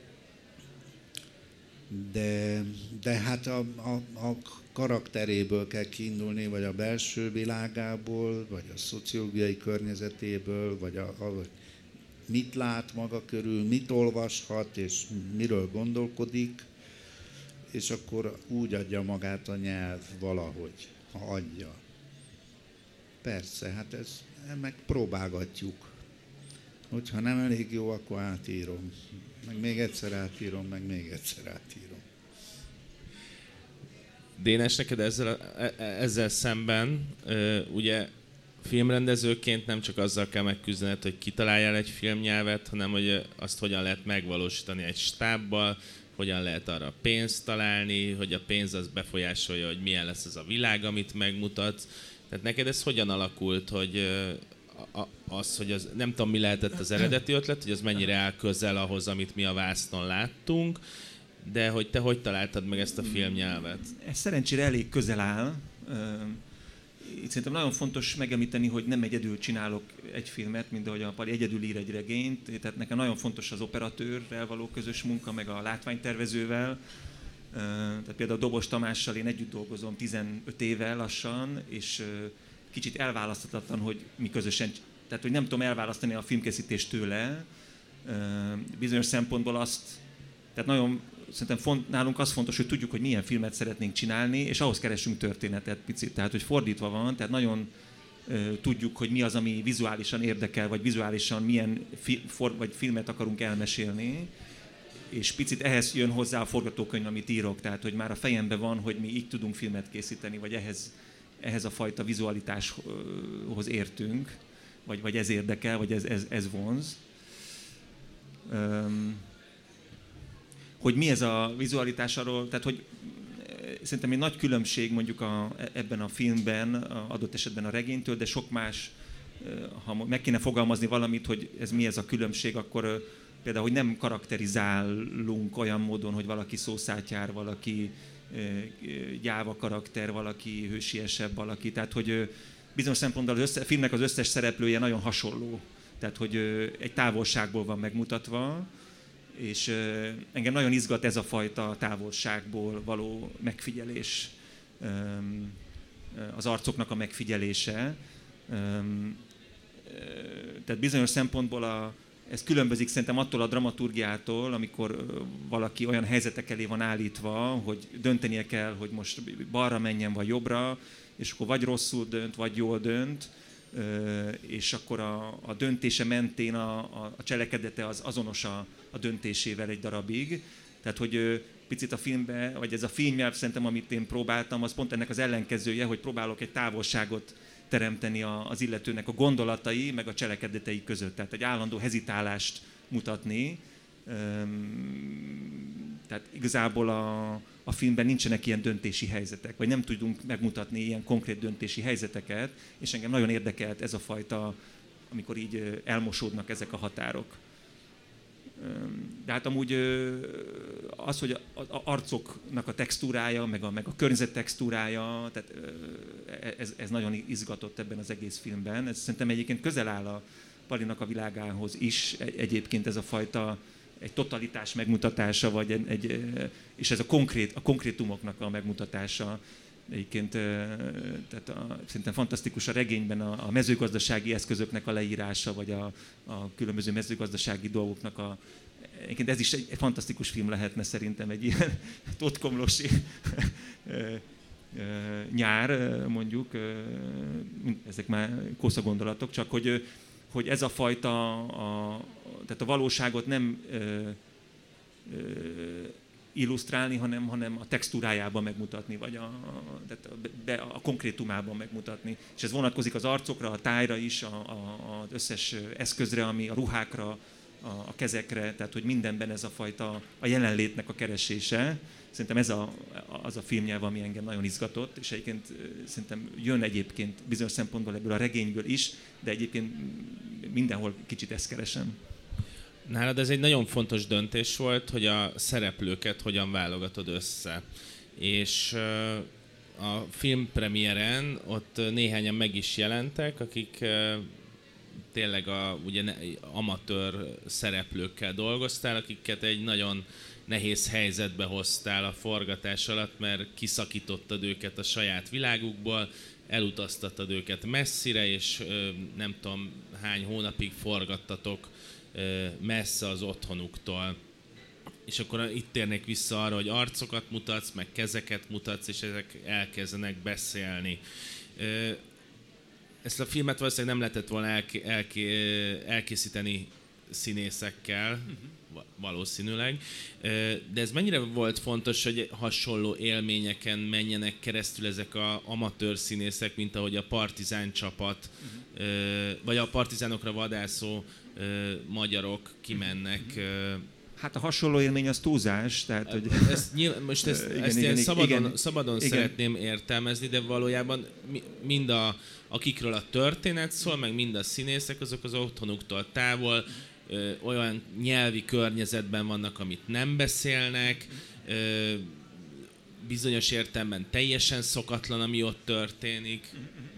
Speaker 2: de, de hát a, a, a karakteréből kell kiindulni, vagy a belső világából, vagy a szociológiai környezetéből, vagy a, a mit lát maga körül, mit olvashat, és miről gondolkodik, és akkor úgy adja magát a nyelv valahogy, ha adja. Persze, hát ez meg próbálgatjuk. Hogyha nem elég jó, akkor átírom. Meg még egyszer átírom, meg még egyszer átírom.
Speaker 1: Dénes, neked ezzel, ezzel szemben, ugye filmrendezőként nem csak azzal kell megküzdened, hogy kitaláljál egy filmnyelvet, hanem hogy azt hogyan lehet megvalósítani egy stábbal, hogyan lehet arra pénzt találni, hogy a pénz az befolyásolja, hogy milyen lesz ez a világ, amit megmutatsz. Tehát neked ez hogyan alakult, hogy az, hogy az, nem tudom, mi lehetett az eredeti ötlet, hogy az mennyire áll közel ahhoz, amit mi a vásznon láttunk, de hogy te hogy találtad meg ezt a filmnyelvet?
Speaker 3: Ez szerencsére elég közel áll. Itt szerintem nagyon fontos megemlíteni, hogy nem egyedül csinálok egy filmet, mint ahogy a Pali egyedül ír egy regényt. Tehát nekem nagyon fontos az operatőrrel való közös munka, meg a látványtervezővel. Tehát például Dobos Tamással én együtt dolgozom tizenöt éve lassan, és kicsit elválaszthatatlan, hogy mi közösen, tehát hogy nem tudom elválasztani a filmkészítést tőle. Bizonyos szempontból azt, tehát nagyon szerintem font, nálunk az fontos, hogy tudjuk, hogy milyen filmet szeretnénk csinálni, és ahhoz keresünk történetet picit. Tehát, hogy fordítva van, tehát nagyon tudjuk, hogy mi az, ami vizuálisan érdekel, vagy vizuálisan milyen fi, for, vagy filmet akarunk elmesélni, és picit ehhez jön hozzá a forgatókönyv, amit írok, tehát hogy már a fejemben van, hogy mi így tudunk filmet készíteni, vagy ehhez, ehhez a fajta vizualitáshoz értünk, vagy, vagy ez érdekel, vagy ez, ez, ez vonz. Um, hogy mi ez a vizualitás arról, tehát hogy szerintem egy nagy különbség mondjuk a, ebben a filmben, a adott esetben a regénytől, de sok más, ha meg kéne fogalmazni valamit, hogy ez mi ez a különbség, akkor például, hogy nem karakterizálunk olyan módon, hogy valaki szószátyár, valaki gyáva karakter, valaki hősiesebb, valaki, tehát hogy bizonyos szempontból az össze, a filmnek az összes szereplője nagyon hasonló, tehát hogy egy távolságból van megmutatva, és engem nagyon izgat ez a fajta távolságból való megfigyelés, az arcoknak a megfigyelése. Tehát bizonyos szempontból a, ez különbözik szerintem attól a dramaturgiától, amikor valaki olyan helyzetek elé van állítva, hogy döntenie kell, hogy most balra menjen vagy jobbra, és akkor vagy rosszul dönt, vagy jól dönt, és akkor a, a döntése mentén a, a, a cselekedete az azonos a, a döntésével egy darabig. Tehát, hogy picit a filmben, vagy ez a filmnyelv szerintem, amit én próbáltam, az pont ennek az ellenkezője, hogy próbálok egy távolságot teremteni az illetőnek a gondolatai, meg a cselekedetei között. Tehát egy állandó hezitálást mutatni. Tehát igazából a, a filmben nincsenek ilyen döntési helyzetek, vagy nem tudunk megmutatni ilyen konkrét döntési helyzeteket, és engem nagyon érdekelt ez a fajta, amikor így elmosódnak ezek a határok. De hát amúgy az, hogy az arcoknak a textúrája, meg a, meg a környezet textúrája, tehát ez, ez nagyon izgatott ebben az egész filmben. Ez szerintem egyébként közel áll a Palinak a világához is, egyébként ez a fajta egy totalitás megmutatása, vagy egy, és ez a, konkrét, a konkrétumoknak a megmutatása. Egyébként tehát a, szerintem fantasztikus a regényben a, a mezőgazdasági eszközöknek a leírása, vagy a, a különböző mezőgazdasági dolgoknak a... Egyébként ez is egy, egy fantasztikus film lehetne szerintem, egy ilyen totkomlosi nyár, mondjuk, ezek már kósza gondolatok, csak hogy, hogy ez a fajta, a, tehát a valóságot nem ö, ö, illusztrálni, hanem, hanem a textúrájában megmutatni, vagy a, tehát a, be, a konkrétumában megmutatni. És ez vonatkozik az arcokra, a tájra is, a, a, az összes eszközre, ami a ruhákra, a, a kezekre, tehát hogy mindenben ez a fajta, a jelenlétnek a keresése. Szerintem ez a, az a filmnyelv, ami engem nagyon izgatott, és egyébként szerintem jön egyébként bizonyos szempontból ebből a regényből is, de egyébként mindenhol kicsit ezt keresem.
Speaker 1: Nálad ez egy nagyon fontos döntés volt, hogy a szereplőket hogyan válogatod össze. És a filmpremieren ott néhányan meg is jelentek, akik tényleg a ugye, amatőr szereplőkkel dolgoztál, akiket egy nagyon nehéz helyzetbe hoztál a forgatás alatt, mert kiszakítottad őket a saját világukból, elutaztattad őket messzire, és nem tudom hány hónapig forgattatok messze az otthonuktól. És akkor itt térnék vissza arra, hogy arcokat mutatsz, meg kezeket mutatsz, és ezek elkezdenek beszélni. Ezt a filmet valószínűleg nem lehetett volna elké- elké- elkészíteni színészekkel, uh-huh. valószínűleg. De ez mennyire volt fontos, hogy hasonló élményeken menjenek keresztül ezek az amatőr színészek, mint ahogy a Partizán csapat, uh-huh. vagy a partizánokra vadászó magyarok kimennek.
Speaker 3: Hát a hasonló élmény az túlzás, tehát hogy...
Speaker 1: Ezt nyilv, most ezt,
Speaker 3: igen,
Speaker 1: ezt
Speaker 3: igen,
Speaker 1: ilyen szabadon,
Speaker 3: igen,
Speaker 1: szabadon
Speaker 3: igen.
Speaker 1: szeretném értelmezni, de valójában mind a, akikről a történet szól, meg mind a színészek, azok az otthonuktól távol, ö, olyan nyelvi környezetben vannak, amit nem beszélnek, ö, bizonyos értelemben teljesen szokatlan, ami ott történik.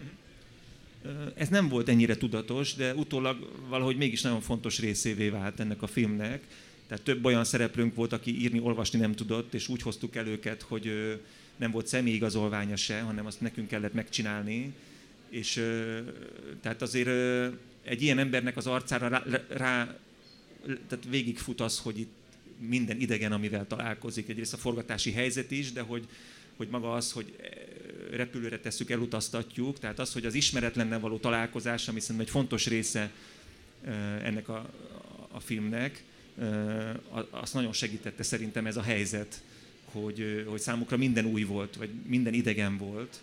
Speaker 3: Ez nem volt ennyire tudatos, de utólag valahogy mégis nagyon fontos részévé vált ennek a filmnek. Tehát több olyan szereplőnk volt, aki írni, olvasni nem tudott, és úgy hoztuk el őket, hogy nem volt személyigazolványa se, hanem azt nekünk kellett megcsinálni. És tehát azért egy ilyen embernek az arcára rá, rá tehát végigfut az, hogy itt minden idegen, amivel találkozik. Egyrészt a forgatási helyzet is, de hogy, hogy maga az, hogy repülőre tesszük, elutaztatjuk. Tehát az, hogy az ismeretlennel való találkozás, ami szerintem egy fontos része ennek a, a filmnek, azt nagyon segítette szerintem ez a helyzet, hogy, hogy számukra minden új volt, vagy minden idegen volt.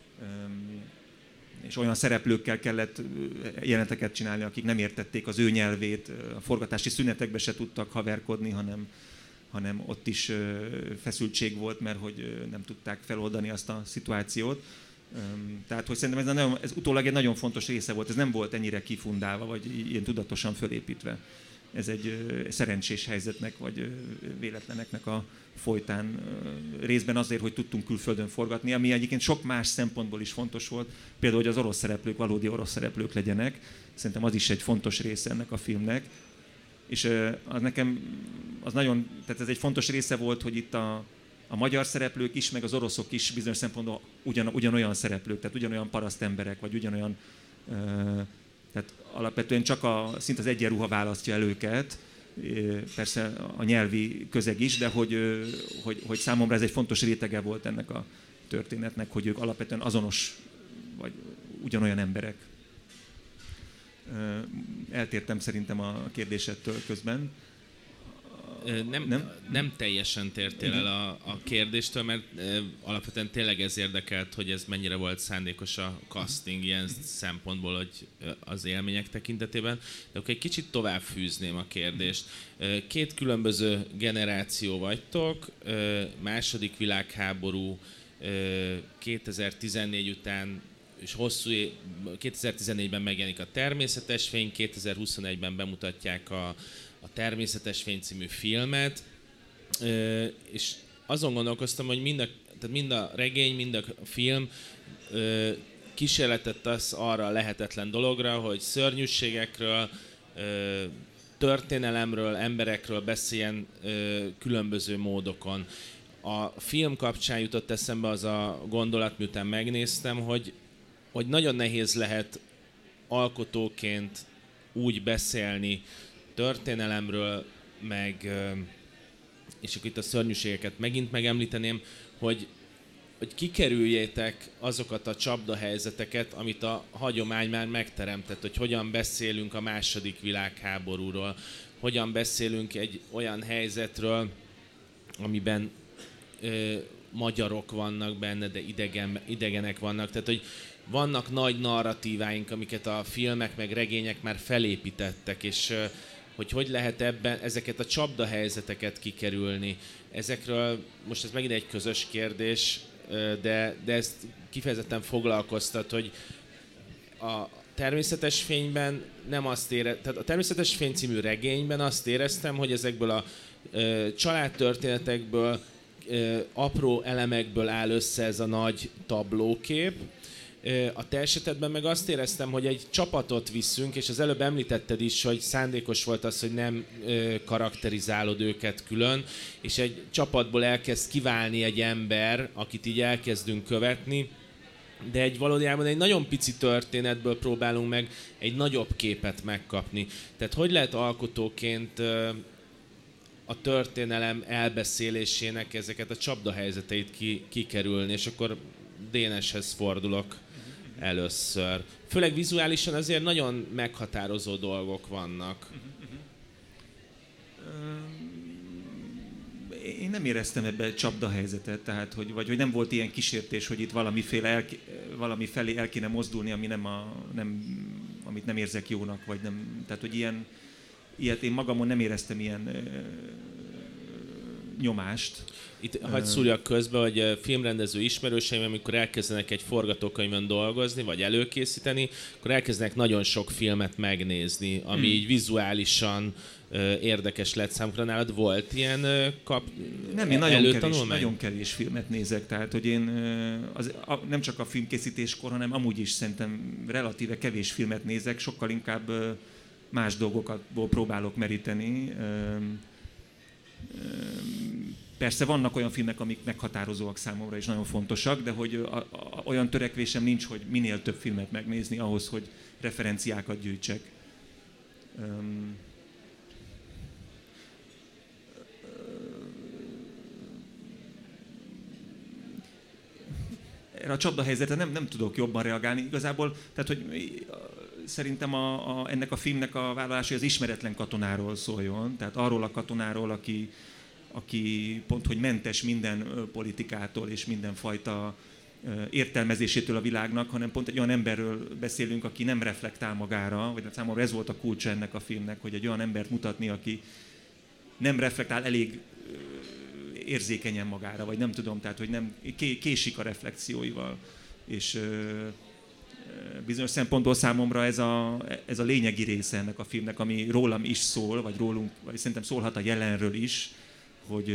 Speaker 3: És olyan szereplőkkel kellett jeleneteket csinálni, akik nem értették az ő nyelvét, a forgatási szünetekbe se tudtak haverkodni, hanem, hanem ott is feszültség volt, mert hogy nem tudták feloldani azt a szituációt. Tehát, hogy szerintem ez, nagyon, ez utólag egy nagyon fontos része volt, ez nem volt ennyire kifundálva, vagy ilyen tudatosan fölépítve. Ez egy szerencsés helyzetnek, vagy véletleneknek a folytán részben azért, hogy tudtunk külföldön forgatni, ami egyébként sok más szempontból is fontos volt, például, hogy az orosz szereplők valódi orosz szereplők legyenek. Szerintem az is egy fontos része ennek a filmnek. És az nekem az nagyon, tehát ez egy fontos része volt, hogy itt a, a magyar szereplők is, meg az oroszok is bizonyos szempontból ugyan, ugyanolyan szereplők, tehát ugyanolyan paraszt emberek, vagy ugyanolyan, tehát alapvetően csak a, szint az egyenruha választja el őket, persze a nyelvi közeg is, de hogy, hogy, hogy számomra ez egy fontos rétege volt ennek a történetnek, hogy ők alapvetően azonos, vagy ugyanolyan emberek. Eltértem szerintem a kérdésettől közben.
Speaker 1: Nem, nem? nem teljesen tértél el a, a kérdéstől, mert e, alapvetően tényleg ez érdekelt, hogy ez mennyire volt szándékos a casting ilyen szempontból, hogy az élmények tekintetében. De akkor egy kicsit tovább fűzném a kérdést. Két különböző generáció vagytok, második világháború, kétezer-tizennégy után, és hosszú év, kétezer-tizennégyben megjelenik a Természetes fény, kétezer-huszonegyben bemutatják a a Természetes fény című filmet, és azon gondolkoztam, hogy mind a, tehát mind a regény, mind a film kísérletet tesz arra a lehetetlen dologra, hogy szörnyűségekről, történelemről, emberekről beszéljen különböző módokon. A film kapcsán jutott eszembe az a gondolat, miután megnéztem, hogy, hogy nagyon nehéz lehet alkotóként úgy beszélni történelemről, meg, és akkor itt a szörnyűségeket megint megemlíteném, hogy, hogy kikerüljétek azokat a csapdahelyzeteket, amit a hagyomány már megteremtett, hogy hogyan beszélünk a második világháborúról, hogyan beszélünk egy olyan helyzetről, amiben ö, magyarok vannak benne, de idegen, idegenek vannak. Tehát, hogy vannak nagy narratíváink, amiket a filmek meg regények már felépítettek, és ö, hogy hogy lehet ebben ezeket a csapdahelyzeteket kikerülni. Ezekről, most ez megint egy közös kérdés, de, de ezt kifejezetten foglalkoztat, hogy a Természetes fényben nem azt ére, tehát a Természetes fény című regényben azt éreztem, hogy ezekből a ö, családtörténetekből, ö, apró elemekből áll össze ez a nagy tablókép. A te esetedben meg azt éreztem, hogy egy csapatot viszünk, és az előbb említetted is, hogy szándékos volt az, hogy nem ö, karakterizálod őket külön, és egy csapatból elkezd kiválni egy ember, akit így elkezdünk követni, de egy valójában egy nagyon pici történetből próbálunk meg egy nagyobb képet megkapni. Tehát hogy lehet alkotóként ö, a történelem elbeszélésének ezeket a csapdahelyzeteit ki, kikerülni, és akkor Déneshez fordulok először. Főleg vizuálisan azért nagyon meghatározó dolgok vannak.
Speaker 3: Én nem éreztem ebbe csapdahelyzetet, tehát, hogy, vagy hogy nem volt ilyen kísértés, hogy itt valamiféle el, valami felé el kéne mozdulni, ami nem a, nem, amit nem érzek jónak, vagy nem, tehát, hogy ilyen, ilyet én magamon nem éreztem ilyen ö, nyomást.
Speaker 1: Itt hagyd szúrjak közbe, hogy filmrendező ismerőseim, amikor elkezdenek egy forgatókönyvön dolgozni, vagy előkészíteni, akkor elkezdenek nagyon sok filmet megnézni, ami hmm. így vizuálisan uh, érdekes lett számukra. Nálad volt ilyen uh, kap...
Speaker 3: Nem, én nagyon kevés, nagyon kevés filmet nézek, tehát hogy én az, a, nem csak a filmkészítéskor, hanem amúgy is szerintem relatíve kevés filmet nézek, sokkal inkább uh, más dolgokból próbálok meríteni. Um, um, Persze vannak olyan filmek, amik meghatározóak számomra és nagyon fontosak, de hogy a, a, olyan törekvésem nincs, hogy minél több filmet megnézni ahhoz, hogy referenciákat gyűjtsek. Um, erre a csapdahelyzetre nem, nem tudok jobban reagálni. Igazából, tehát, hogy szerintem a, a, ennek a filmnek a vállalása az ismeretlen katonáról szóljon, tehát arról a katonáról, aki, aki pont, hogy mentes minden politikától és mindenfajta értelmezésétől a világnak, hanem pont egy olyan emberről beszélünk, aki nem reflektál magára, vagy számomra ez volt a kulcsa ennek a filmnek, hogy egy olyan embert mutatni, aki nem reflektál elég érzékenyen magára, vagy nem tudom, tehát hogy nem késik a reflexióival. És bizonyos szempontból számomra ez a, ez a lényegi része ennek a filmnek, ami rólam is szól, vagy rólunk, vagy szerintem szólhat a jelenről is, hogy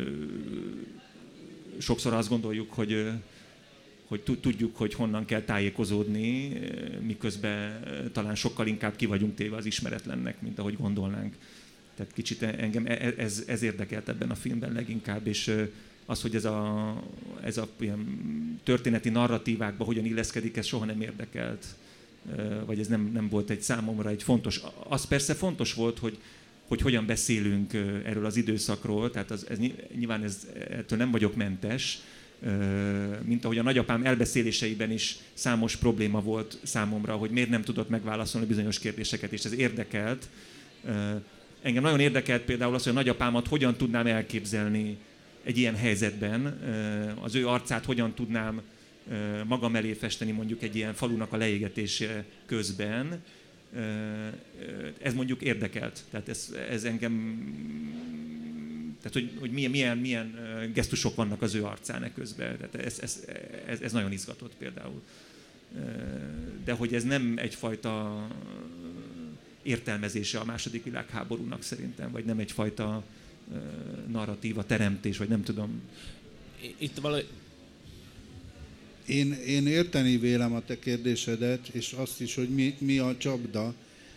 Speaker 3: sokszor azt gondoljuk, hogy hogy tudjuk, hogy honnan kell tájékozódni, miközben talán sokkal inkább ki vagyunk téve az ismeretlennek, mint ahogy gondolnánk. Tehát kicsit engem ez, ez érdekelt ebben a filmben leginkább, és az, hogy ez a, ez a ilyen történeti narratívákba hogyan illeszkedik, ez soha nem érdekelt, vagy ez nem, nem volt egy számomra egy fontos. Az persze fontos volt, hogy, hogy hogyan beszélünk erről az időszakról, tehát az, ez, nyilván ez, ettől nem vagyok mentes, mint ahogy a nagyapám elbeszéléseiben is számos probléma volt számomra, hogy miért nem tudott megválaszolni bizonyos kérdéseket, és ez érdekelt. Engem nagyon érdekelt például az, hogy a nagyapámat hogyan tudnám elképzelni egy ilyen helyzetben, az ő arcát hogyan tudnám magam elé festeni mondjuk egy ilyen falunak a leégetése közben. Ez mondjuk érdekelt, tehát ez, ez engem... Tehát, hogy, hogy milyen, milyen, milyen gesztusok vannak az ő arcán közben. Tehát ez, ez, ez, ez nagyon izgatott például. De hogy ez nem egyfajta értelmezése a második világháborúnak szerintem, vagy nem egyfajta narratíva teremtés, vagy nem tudom.
Speaker 1: Itt valahogy...
Speaker 2: Én, én érteni vélem a te kérdésedet, és azt is, hogy mi, mi a csapda.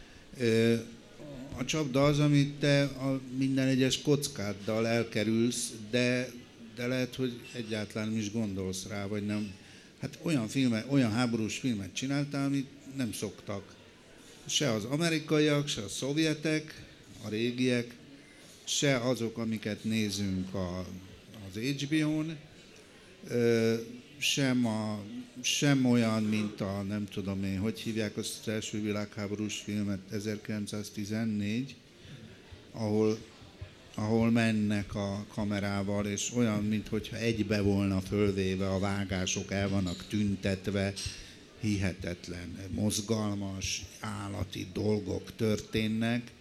Speaker 2: A csapda az, amit te a minden egyes kockáddal elkerülsz, de, de lehet, hogy egyáltalán nem is gondolsz rá, vagy nem. Hát olyan, filme, olyan háborús filmet csináltál, amit nem szoktak. Se az amerikaiak, se a szovjetek, a régiek, se azok, amiket nézünk a, az há bé ó-n, sem, a, sem olyan, mint a, nem tudom én, hogy hívják azt az első világháborús filmet, ezerkilencszáztizennégy, ahol, ahol mennek a kamerával, és olyan, mintha egybe volna fölvéve, a vágások el vannak tüntetve, hihetetlen, mozgalmas, állati dolgok történnek,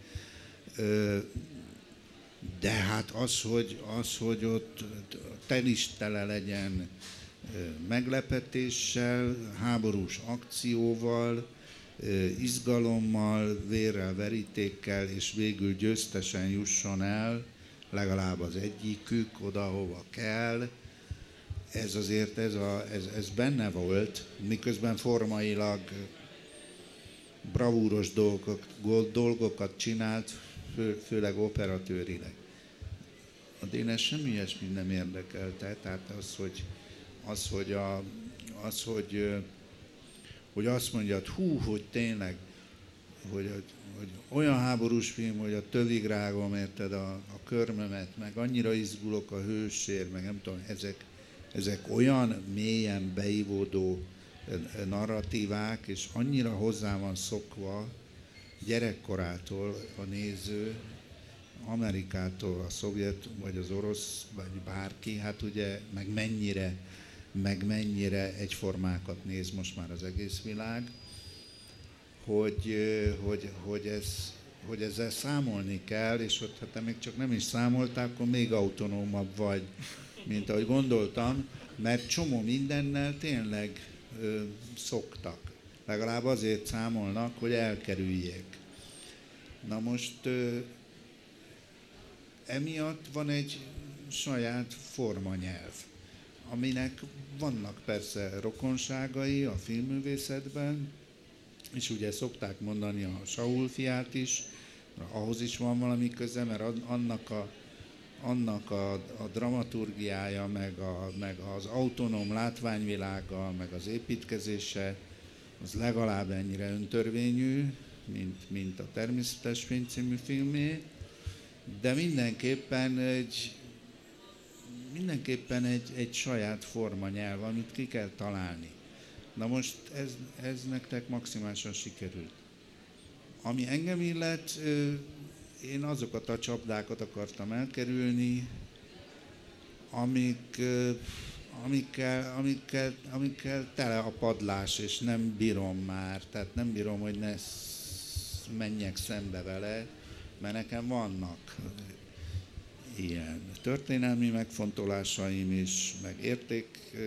Speaker 2: de hát az, hogy, az, hogy ott tenistele legyen meglepetéssel, háborús akcióval, izgalommal, vérrel, verítékkel, és végül győztesen jusson el, legalább az egyikük oda, hova kell. Ez azért, ez, a, ez, ez benne volt, miközben formailag bravúros dolgok, dolgokat csinált, fő, főleg operatőrileg. A Dénes semmi ilyesmi nem érdekelte, tehát az, hogy az, hogy, a, az, hogy, hogy azt mondjad, hú, hogy tényleg, hogy, hogy olyan háborús film, hogy a tövig rágom, érted, a, a körmömet, meg annyira izgulok a hősért, meg nem tudom, ezek, ezek olyan mélyen beivódó narratívák, és annyira hozzá van szokva gyerekkorától a néző, Amerikától, a szovjet, vagy az orosz, vagy bárki, hát ugye, meg mennyire, meg mennyire egyformákat néz most már az egész világ, hogy, hogy, hogy, ez, hogy ezzel számolni kell, és hogy ha te még csak nem is számoltál, akkor még autonómabb vagy, mint ahogy gondoltam, mert csomó mindennel tényleg ö, szoktak. Legalább azért számolnak, hogy elkerüljék. Na most ö, emiatt van egy saját formanyelv, aminek vannak persze rokonságai a filmművészetben, és ugye szokták mondani a Saul fiát is, ahhoz is van valami köze, mert annak a, annak a, a dramaturgiája, meg, a, meg az autonóm látványvilága, meg az építkezése, az legalább ennyire öntörvényű, mint, mint a Természetes Fény című filmé, de mindenképpen egy, mindenképpen egy, egy saját formanyelv, amit ki kell találni. Na most ez, ez nektek maximálisan sikerült. Ami engem illet, én azokat a csapdákat akartam elkerülni, amik, amikkel, amikkel, amikkel tele a padlás, és nem bírom már, tehát nem bírom, hogy ne menjek szembe vele, mert nekem vannak ilyen történelmi megfontolásaim is, meg érték.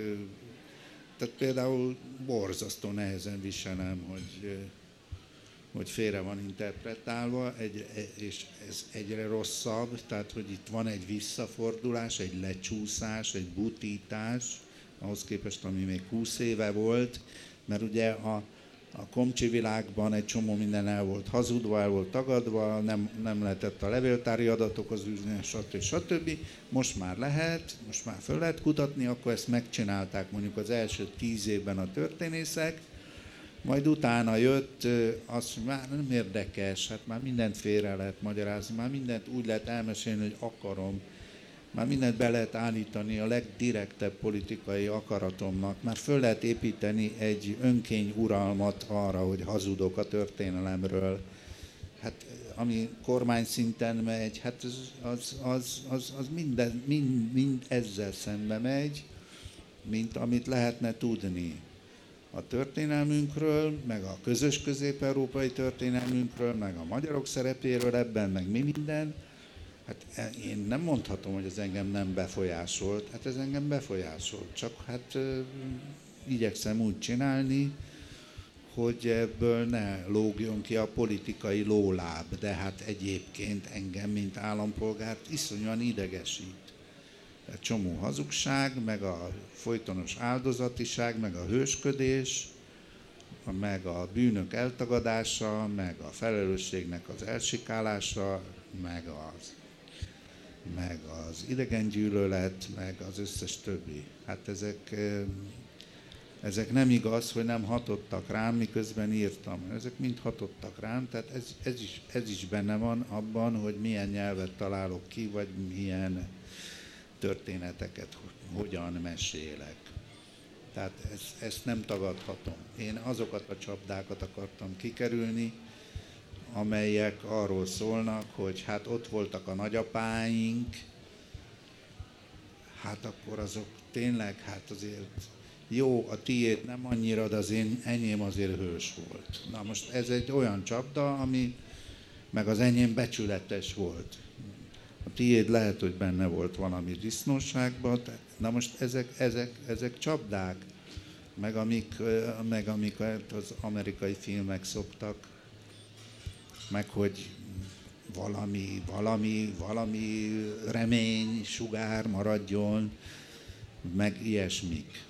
Speaker 2: Tehát például borzasztó nehezen viselem, hogy, hogy félre van interpretálva, egy, és ez egyre rosszabb, tehát hogy itt van egy visszafordulás, egy lecsúszás, egy butítás, ahhoz képest, ami még húsz éve volt, mert ugye a A komcsi világban egy csomó minden el volt hazudva, el volt tagadva, nem, nem lehetett a levéltári adatokhoz űzni, stb. stb. Most már lehet, most már föl lehet kutatni, akkor ezt megcsinálták mondjuk az első tíz évben a történészek, majd utána jött az, hogy már nem érdekes, hát már mindent félre lehet magyarázni, már mindent úgy lehet elmesélni, hogy akarom, már mindent be lehet állítani a legdirektebb politikai akaratomnak, már föl lehet építeni egy önkény uralmat arra, hogy hazudok a történelemről. Hát ami kormány szinten megy, hát az, az, az, az, az minden, mind, mind ezzel szembe megy, mint amit lehetne tudni a történelmünkről, meg a közös közép-európai történelmünkről, meg a magyarok szerepéről ebben, meg mi minden. Hát én nem mondhatom, hogy ez engem nem befolyásolt, hát ez engem befolyásolt, csak hát igyekszem úgy csinálni, hogy ebből ne lógjon ki a politikai lóláb, de hát egyébként engem, mint állampolgárt iszonyúan idegesít. A csomó hazugság, meg a folytonos áldozatiság, meg a hősködés, meg a bűnök eltagadása, meg a felelősségnek az elsikálása, meg az meg az idegengyűlölet, meg az összes többi. Hát ezek, ezek nem igaz, hogy nem hatottak rám, miközben írtam. Ezek mind hatottak rám, tehát ez, ez, is, ez is benne van abban, hogy milyen nyelvet találok ki, vagy milyen történeteket hogyan mesélek. Tehát ezt, ezt nem tagadhatom. Én azokat a csapdákat akartam kikerülni, amelyek arról szólnak, hogy hát ott voltak a nagyapáink, hát akkor azok tényleg, hát azért jó, a tiéd nem annyira, de az én enyém azért hős volt. Na most ez egy olyan csapda, ami, meg az enyém becsületes volt. A tiéd lehet, hogy benne volt valami disznóságban, na most ezek, ezek, ezek csapdák, meg amik, meg amik az amerikai filmek szoktak, meg hogy valami, valami, valami remény, sugár maradjon, meg ilyesmik.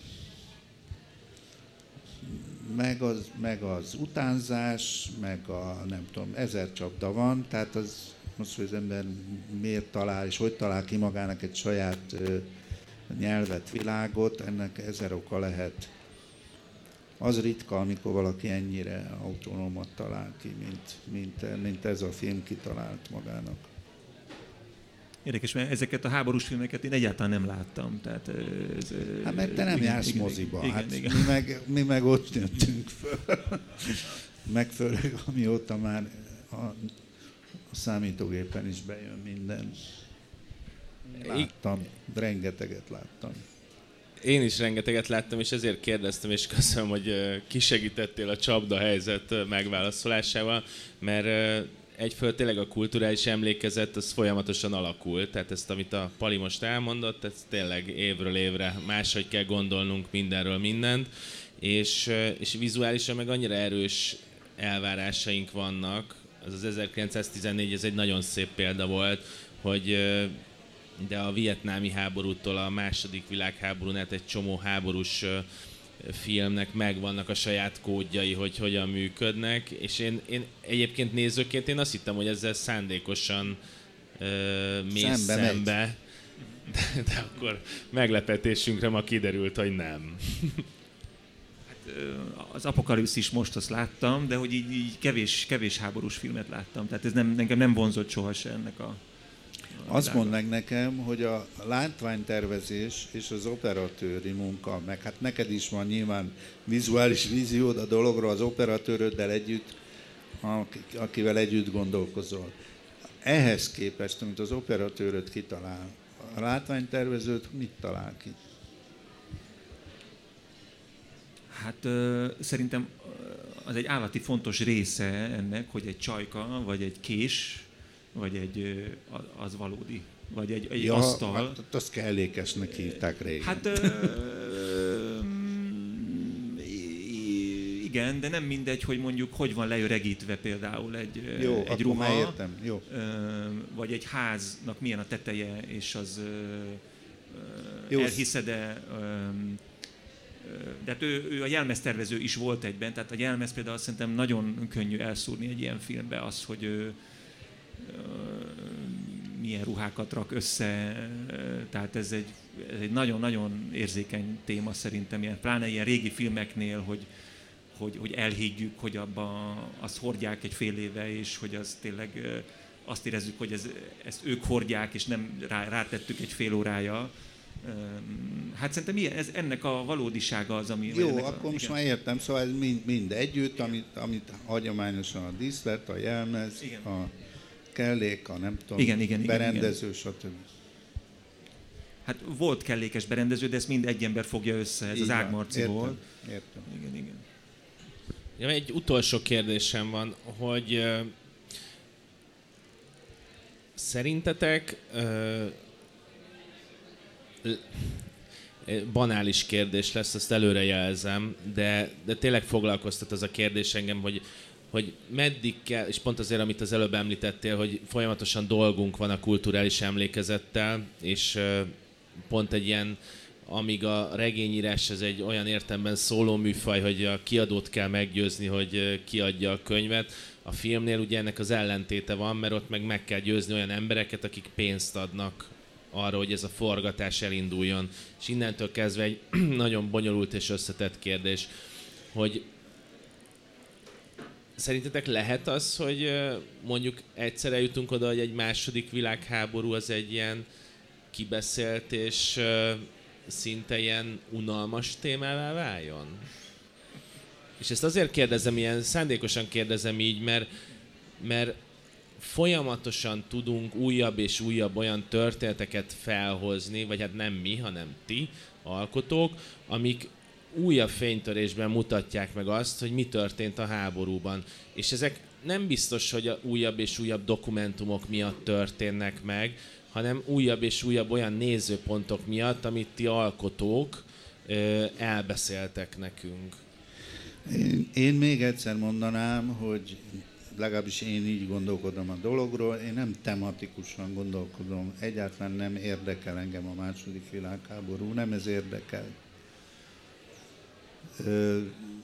Speaker 2: Meg az, meg az utánzás, meg a nem tudom, ezer csapda van, tehát az, most, hogy az ember miért talál, és hogy talál ki magának egy saját ö, nyelvet, világot, ennek ezer oka lehet. Az ritka, amikor valaki ennyire autonómat talál ki, mint, mint, mint ez a film kitalált magának.
Speaker 3: Érdekes, mert ezeket a háborús filmeket én egyáltalán nem láttam. Tehát ez,
Speaker 2: hát mert te nem
Speaker 3: igen,
Speaker 2: jársz
Speaker 3: igen,
Speaker 2: moziba.
Speaker 3: Igen,
Speaker 2: hát
Speaker 3: igen.
Speaker 2: Mi, meg, mi meg ott nőttünk föl. Meg főleg amióta már a, a számítógépen is bejön minden. Láttam, rengeteget láttam.
Speaker 1: Én is rengeteget láttam, és ezért kérdeztem, és köszönöm, hogy kisegítettél a csapda helyzet megválaszolásával, mert egyföld tényleg a kulturális emlékezet az folyamatosan alakul, tehát ezt, amit a Pali most elmondott, ez tényleg évről évre máshogy kell gondolnunk mindenről mindent, és, és vizuálisan meg annyira erős elvárásaink vannak, az az ezerkilencszáztizennégy, ez egy nagyon szép példa volt, hogy de a vietnámi háborútól a második világháborún át egy csomó háborús filmnek megvannak a saját kódjai, hogy hogyan működnek, és én, én egyébként nézőként én azt hittem, hogy ezzel szándékosan uh, mész szembe, szembe de, de akkor meglepetésünkre ma kiderült, hogy nem.
Speaker 3: Hát, az Apokalipszis most azt láttam, de hogy így, így kevés, kevés háborús filmet láttam, tehát ez nem, engem nem vonzott sohasem ennek a...
Speaker 2: Azt mondd meg nekem, hogy a látványtervezés és az operatőri munka, meg hát neked is van nyilván vizuális víziód a dologról az operatőröddel együtt, akivel együtt gondolkozol. Ehhez képest, amit az operatőröd kitalál, a látványterveződ mit talál ki?
Speaker 3: Hát ö, szerintem az egy állati fontos része ennek, hogy egy csajka, vagy egy kés, vagy egy, az valódi, vagy egy, egy
Speaker 2: ja,
Speaker 3: asztal.
Speaker 2: Hát azt kellékesnek hívták régen.
Speaker 3: Hát ö, igen, de nem mindegy, hogy mondjuk hogy van leöregítve például egy,
Speaker 2: Jó,
Speaker 3: egy ruha,
Speaker 2: értem. Jó.
Speaker 3: Vagy egy háznak milyen a teteje, és az
Speaker 2: Jó.
Speaker 3: elhiszed-e. De hát ő, ő a jelmeztervező is volt egyben, tehát a jelmez például azt szerintem nagyon könnyű elszúrni egy ilyen filmbe, az, hogy ő, milyen ruhákat rak össze, tehát ez egy, ez egy nagyon-nagyon érzékeny téma szerintem, ilyen, pláne ilyen régi filmeknél, hogy, hogy, hogy elhiggyük, hogy abba azt hordják egy fél éve, és hogy az tényleg azt érezzük, hogy ez, ezt ők hordják, és nem rá, rátettük egy fél órája. Hát szerintem ilyen, ez, ennek a valódisága az, ami...
Speaker 2: Jó,
Speaker 3: ennek
Speaker 2: akkor
Speaker 3: a,
Speaker 2: most
Speaker 3: igen.
Speaker 2: már értem, szóval ez mind, mind együtt, amit, amit hagyományosan a díszlet, a jelmez,
Speaker 3: Igen.
Speaker 2: a kellék, a nem tudom,
Speaker 3: Igen, igen,
Speaker 2: berendező,
Speaker 3: igen.
Speaker 2: stb.
Speaker 3: Hát volt kellékes berendező, de ezt mind egy ember fogja össze, ez
Speaker 2: Így
Speaker 3: az
Speaker 2: van,
Speaker 3: Ágmarci
Speaker 2: értem,
Speaker 3: volt.
Speaker 2: Értem.
Speaker 3: Igen, igen.
Speaker 1: Ja, egy utolsó kérdésem van, hogy uh, szerintetek uh, banális kérdés lesz, azt előre jelzem, de, de tényleg foglalkoztat az a kérdés engem, hogy, hogy meddig kell, és pont azért, amit az előbb említettél, hogy folyamatosan dolgunk van a kulturális emlékezettel, és pont egy ilyen, amíg a regényírás ez egy olyan értelemben szóló műfaj, hogy a kiadót kell meggyőzni, hogy kiadja a könyvet, a filmnél ugye ennek az ellentéte van, mert ott meg meg kell győzni olyan embereket, akik pénzt adnak arra, hogy ez a forgatás elinduljon. És innentől kezdve egy nagyon bonyolult és összetett kérdés, hogy szerintetek lehet az, hogy mondjuk egyszerre jutunk oda, hogy egy második világháború az egy ilyen kibeszélt és szinte ilyen unalmas témává váljon? És ezt azért kérdezem, ilyen szándékosan kérdezem így, mert, mert folyamatosan tudunk újabb és újabb olyan történeteket felhozni, vagy hát nem mi, hanem ti, alkotók, amik újabb fénytörésben mutatják meg azt, hogy mi történt a háborúban. És ezek nem biztos, hogy a újabb és újabb dokumentumok miatt történnek meg, hanem újabb és újabb olyan nézőpontok miatt, amit ti alkotók ö, elbeszéltek nekünk.
Speaker 2: Én, én még egyszer mondanám, hogy legalábbis én így gondolkodom a dologról, én nem tematikusan gondolkodom, egyáltalán nem érdekel engem a második világháború, nem ez érdekel. Ö,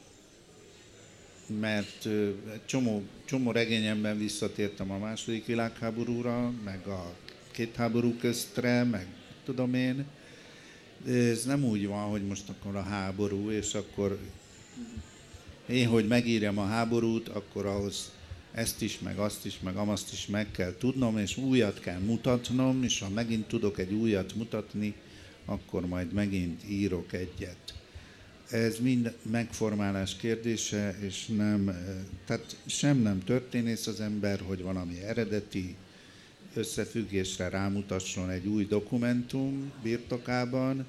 Speaker 2: mert ö, csomó, csomó regényemben visszatértem a második világháborúra, meg a két háború köztre, meg tudom én. De ez nem úgy van, hogy most akkor a háború, és akkor én, hogy megírjam a háborút, akkor ahhoz ezt is, meg azt is, meg amazt is meg kell tudnom, és újat kell mutatnom, és ha megint tudok egy újat mutatni, akkor majd megint írok egyet. Ez mind megformálás kérdése, és nem, tehát sem nem történész az ember, hogy valami eredeti összefüggésre rámutasson egy új dokumentum birtokában,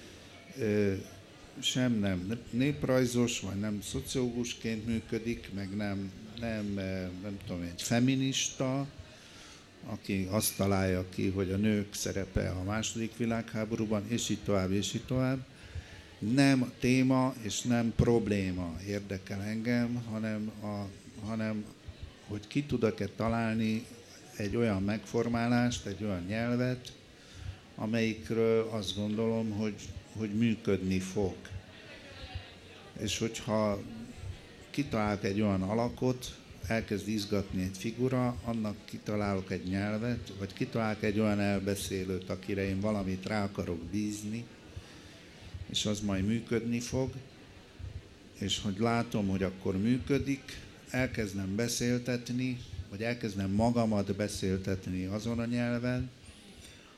Speaker 2: sem nem néprajzos, vagy nem szociológusként működik, meg nem, nem, nem tudom, egy feminista, aki azt találja ki, hogy a nők szerepe a második világháborúban, és így tovább, és így tovább. Nem téma és nem probléma érdekel engem, hanem, a, hanem hogy ki tudok-e találni egy olyan megformálást, egy olyan nyelvet, amelyikről azt gondolom, hogy, hogy működni fog. És hogyha kitalálok egy olyan alakot, elkezd izgatni egy figura, annak kitalálok egy nyelvet, vagy kitalálok egy olyan elbeszélőt, akire én valamit rá akarok bízni, és az majd működni fog, és hogy látom, hogy akkor működik, elkezdem beszéltetni, vagy elkezdem magamat beszéltetni azon a nyelven,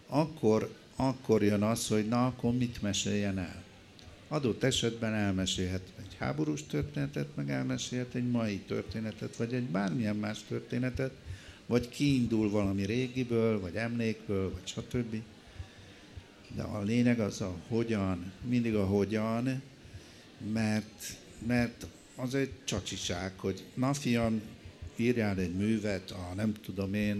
Speaker 2: akkor, akkor jön az, hogy na, akkor mit meséljen el. Adott esetben elmesélhet egy háborús történetet, meg elmesélhet egy mai történetet, vagy egy bármilyen más történetet, vagy kiindul valami régiből, vagy emlékből, vagy stb. De a lényeg az a hogyan, mindig a hogyan, mert, mert az egy csacsiság, hogy na fiam, írjál egy művet, a nem tudom én,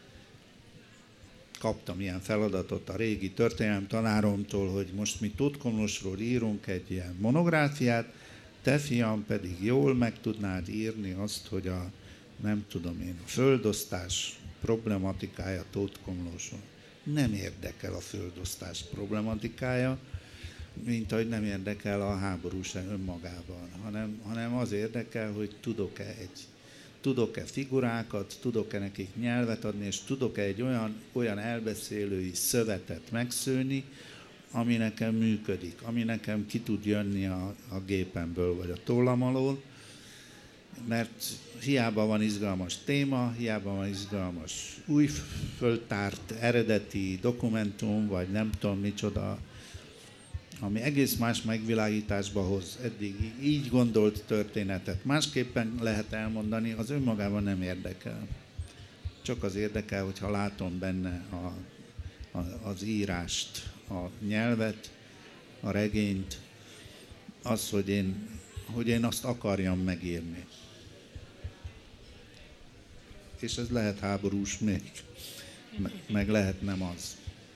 Speaker 2: kaptam ilyen feladatot a régi történelem tanáromtól, hogy most mi Tudkomlosról írunk egy ilyen monográfiát, te fiam pedig jól meg tudnád írni azt, hogy a nem tudom én, a földosztás problematikája Tudkomloson. Nem érdekel a földosztás problematikája, mint ahogy nem érdekel a háború sem önmagában, hanem, hanem az érdekel, hogy tudok-e egy tudok-e figurákat, tudok-e nekik nyelvet adni, és tudok-e egy olyan, olyan elbeszélői szövetet megszőni, ami nekem működik, ami nekem ki tud jönni a, a gépemből, vagy a tollam alól, mert hiába van izgalmas téma, hiába van izgalmas új föltárt eredeti dokumentum, vagy nem tudom micsoda, ami egész más megvilágításba hoz eddig így gondolt történetet. Másképpen lehet elmondani, az önmagában nem érdekel. Csak az érdekel, hogyha látom benne a, a, az írást, a nyelvet, a regényt, az, hogy én, hogy én azt akarjam megírni. És ez lehet háborús még, meg lehet nem az.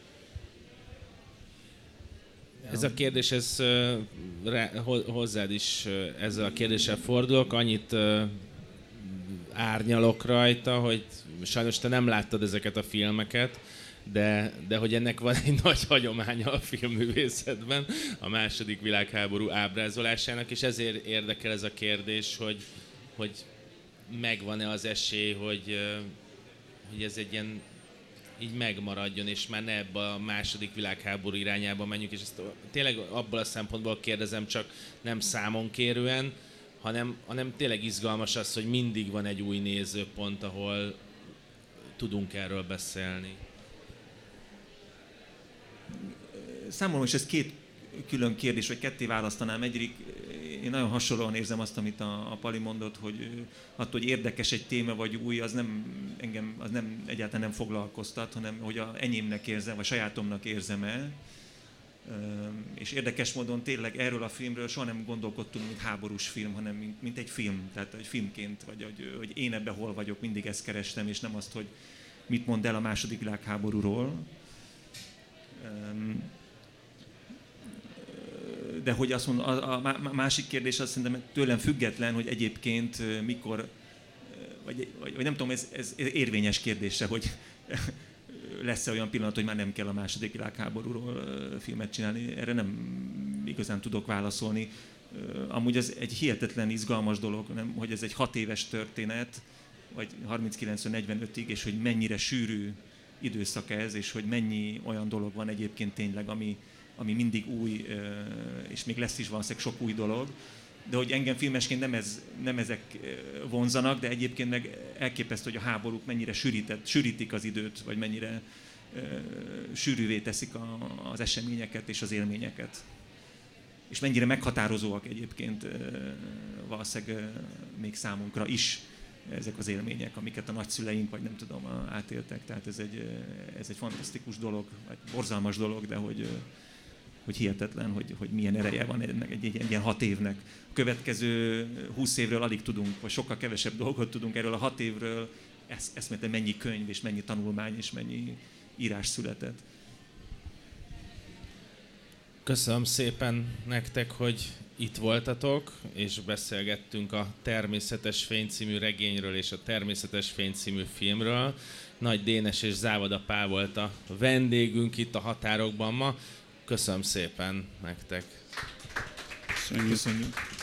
Speaker 1: Ez a kérdés, ez hozzád is ezzel a kérdéssel fordulok, annyit árnyalok rajta, hogy sajnos te nem láttad ezeket a filmeket, de, de hogy ennek van egy nagy hagyománya a filmművészetben, a második világháború ábrázolásának, és ezért érdekel ez a kérdés, hogy, hogy megvan-e az esély, hogy, hogy ez egy ilyen így megmaradjon, és már ne ebbe a második világháború irányába menjünk, és ezt tényleg abból a szempontból kérdezem, csak nem számonkérően, hanem, hanem tényleg izgalmas az, hogy mindig van egy új nézőpont, ahol tudunk erről beszélni.
Speaker 3: Számomra is ez két külön kérdés, vagy ketté választanám. Egyidik, én nagyon hasonlóan érzem azt, amit a, a Pali mondott, hogy attól, hogy érdekes egy téma vagy új, az nem, engem az nem, egyáltalán nem foglalkoztat, hanem hogy a enyémnek érzem, vagy sajátomnak érzem el. És érdekes módon tényleg erről a filmről soha nem gondolkodtunk, mint háborús film, hanem mint, mint egy film, tehát egy filmként, vagy hogy, hogy én ebbe hol vagyok, mindig ezt kerestem, és nem azt, hogy mit mond el a második világháborúról. De hogy azt mondom, a, a másik kérdés azt szerintem tőlem független, hogy egyébként mikor, vagy, vagy, vagy nem tudom, ez, ez érvényes kérdése, hogy lesz-e olyan pillanat, hogy már nem kell a második világháborúról filmet csinálni. Erre nem igazán tudok válaszolni. Amúgy ez egy hihetetlen izgalmas dolog, nem, hogy ez egy hat éves történet, vagy harminckilenctől negyvenötig, és hogy mennyire sűrű időszak ez, és hogy mennyi olyan dolog van egyébként tényleg, ami, ami mindig új, és még lesz is valószínűleg sok új dolog, de hogy engem filmesként nem, ez, nem ezek vonzanak, de egyébként meg elképesztő, hogy a háborúk mennyire sűrített, sűrítik az időt, vagy mennyire uh, sűrűvé teszik a, az eseményeket és az élményeket. És mennyire meghatározóak egyébként uh, valószínűleg uh, még számunkra is ezek az élmények, amiket a nagyszüleink, vagy nem tudom, átéltek. Tehát ez egy, ez egy fantasztikus dolog, vagy borzalmas dolog, de hogy, hogy hihetetlen, hogy, hogy milyen ereje van ennek egy, egy, egy ilyen hat évnek. A következő húsz évről alig tudunk, vagy sokkal kevesebb dolgot tudunk erről a hat évről, ezt, ezt mert mennyi könyv, és mennyi tanulmány, és mennyi írás született.
Speaker 1: Köszönöm szépen nektek, hogy itt voltatok, és beszélgettünk a Természetes Fény című regényről és a Természetes Fény című filmről. Nagy Dénes és Závada Pál volt a vendégünk itt a Határokban ma. Köszönöm szépen nektek.
Speaker 2: Köszönjük. Köszönjük.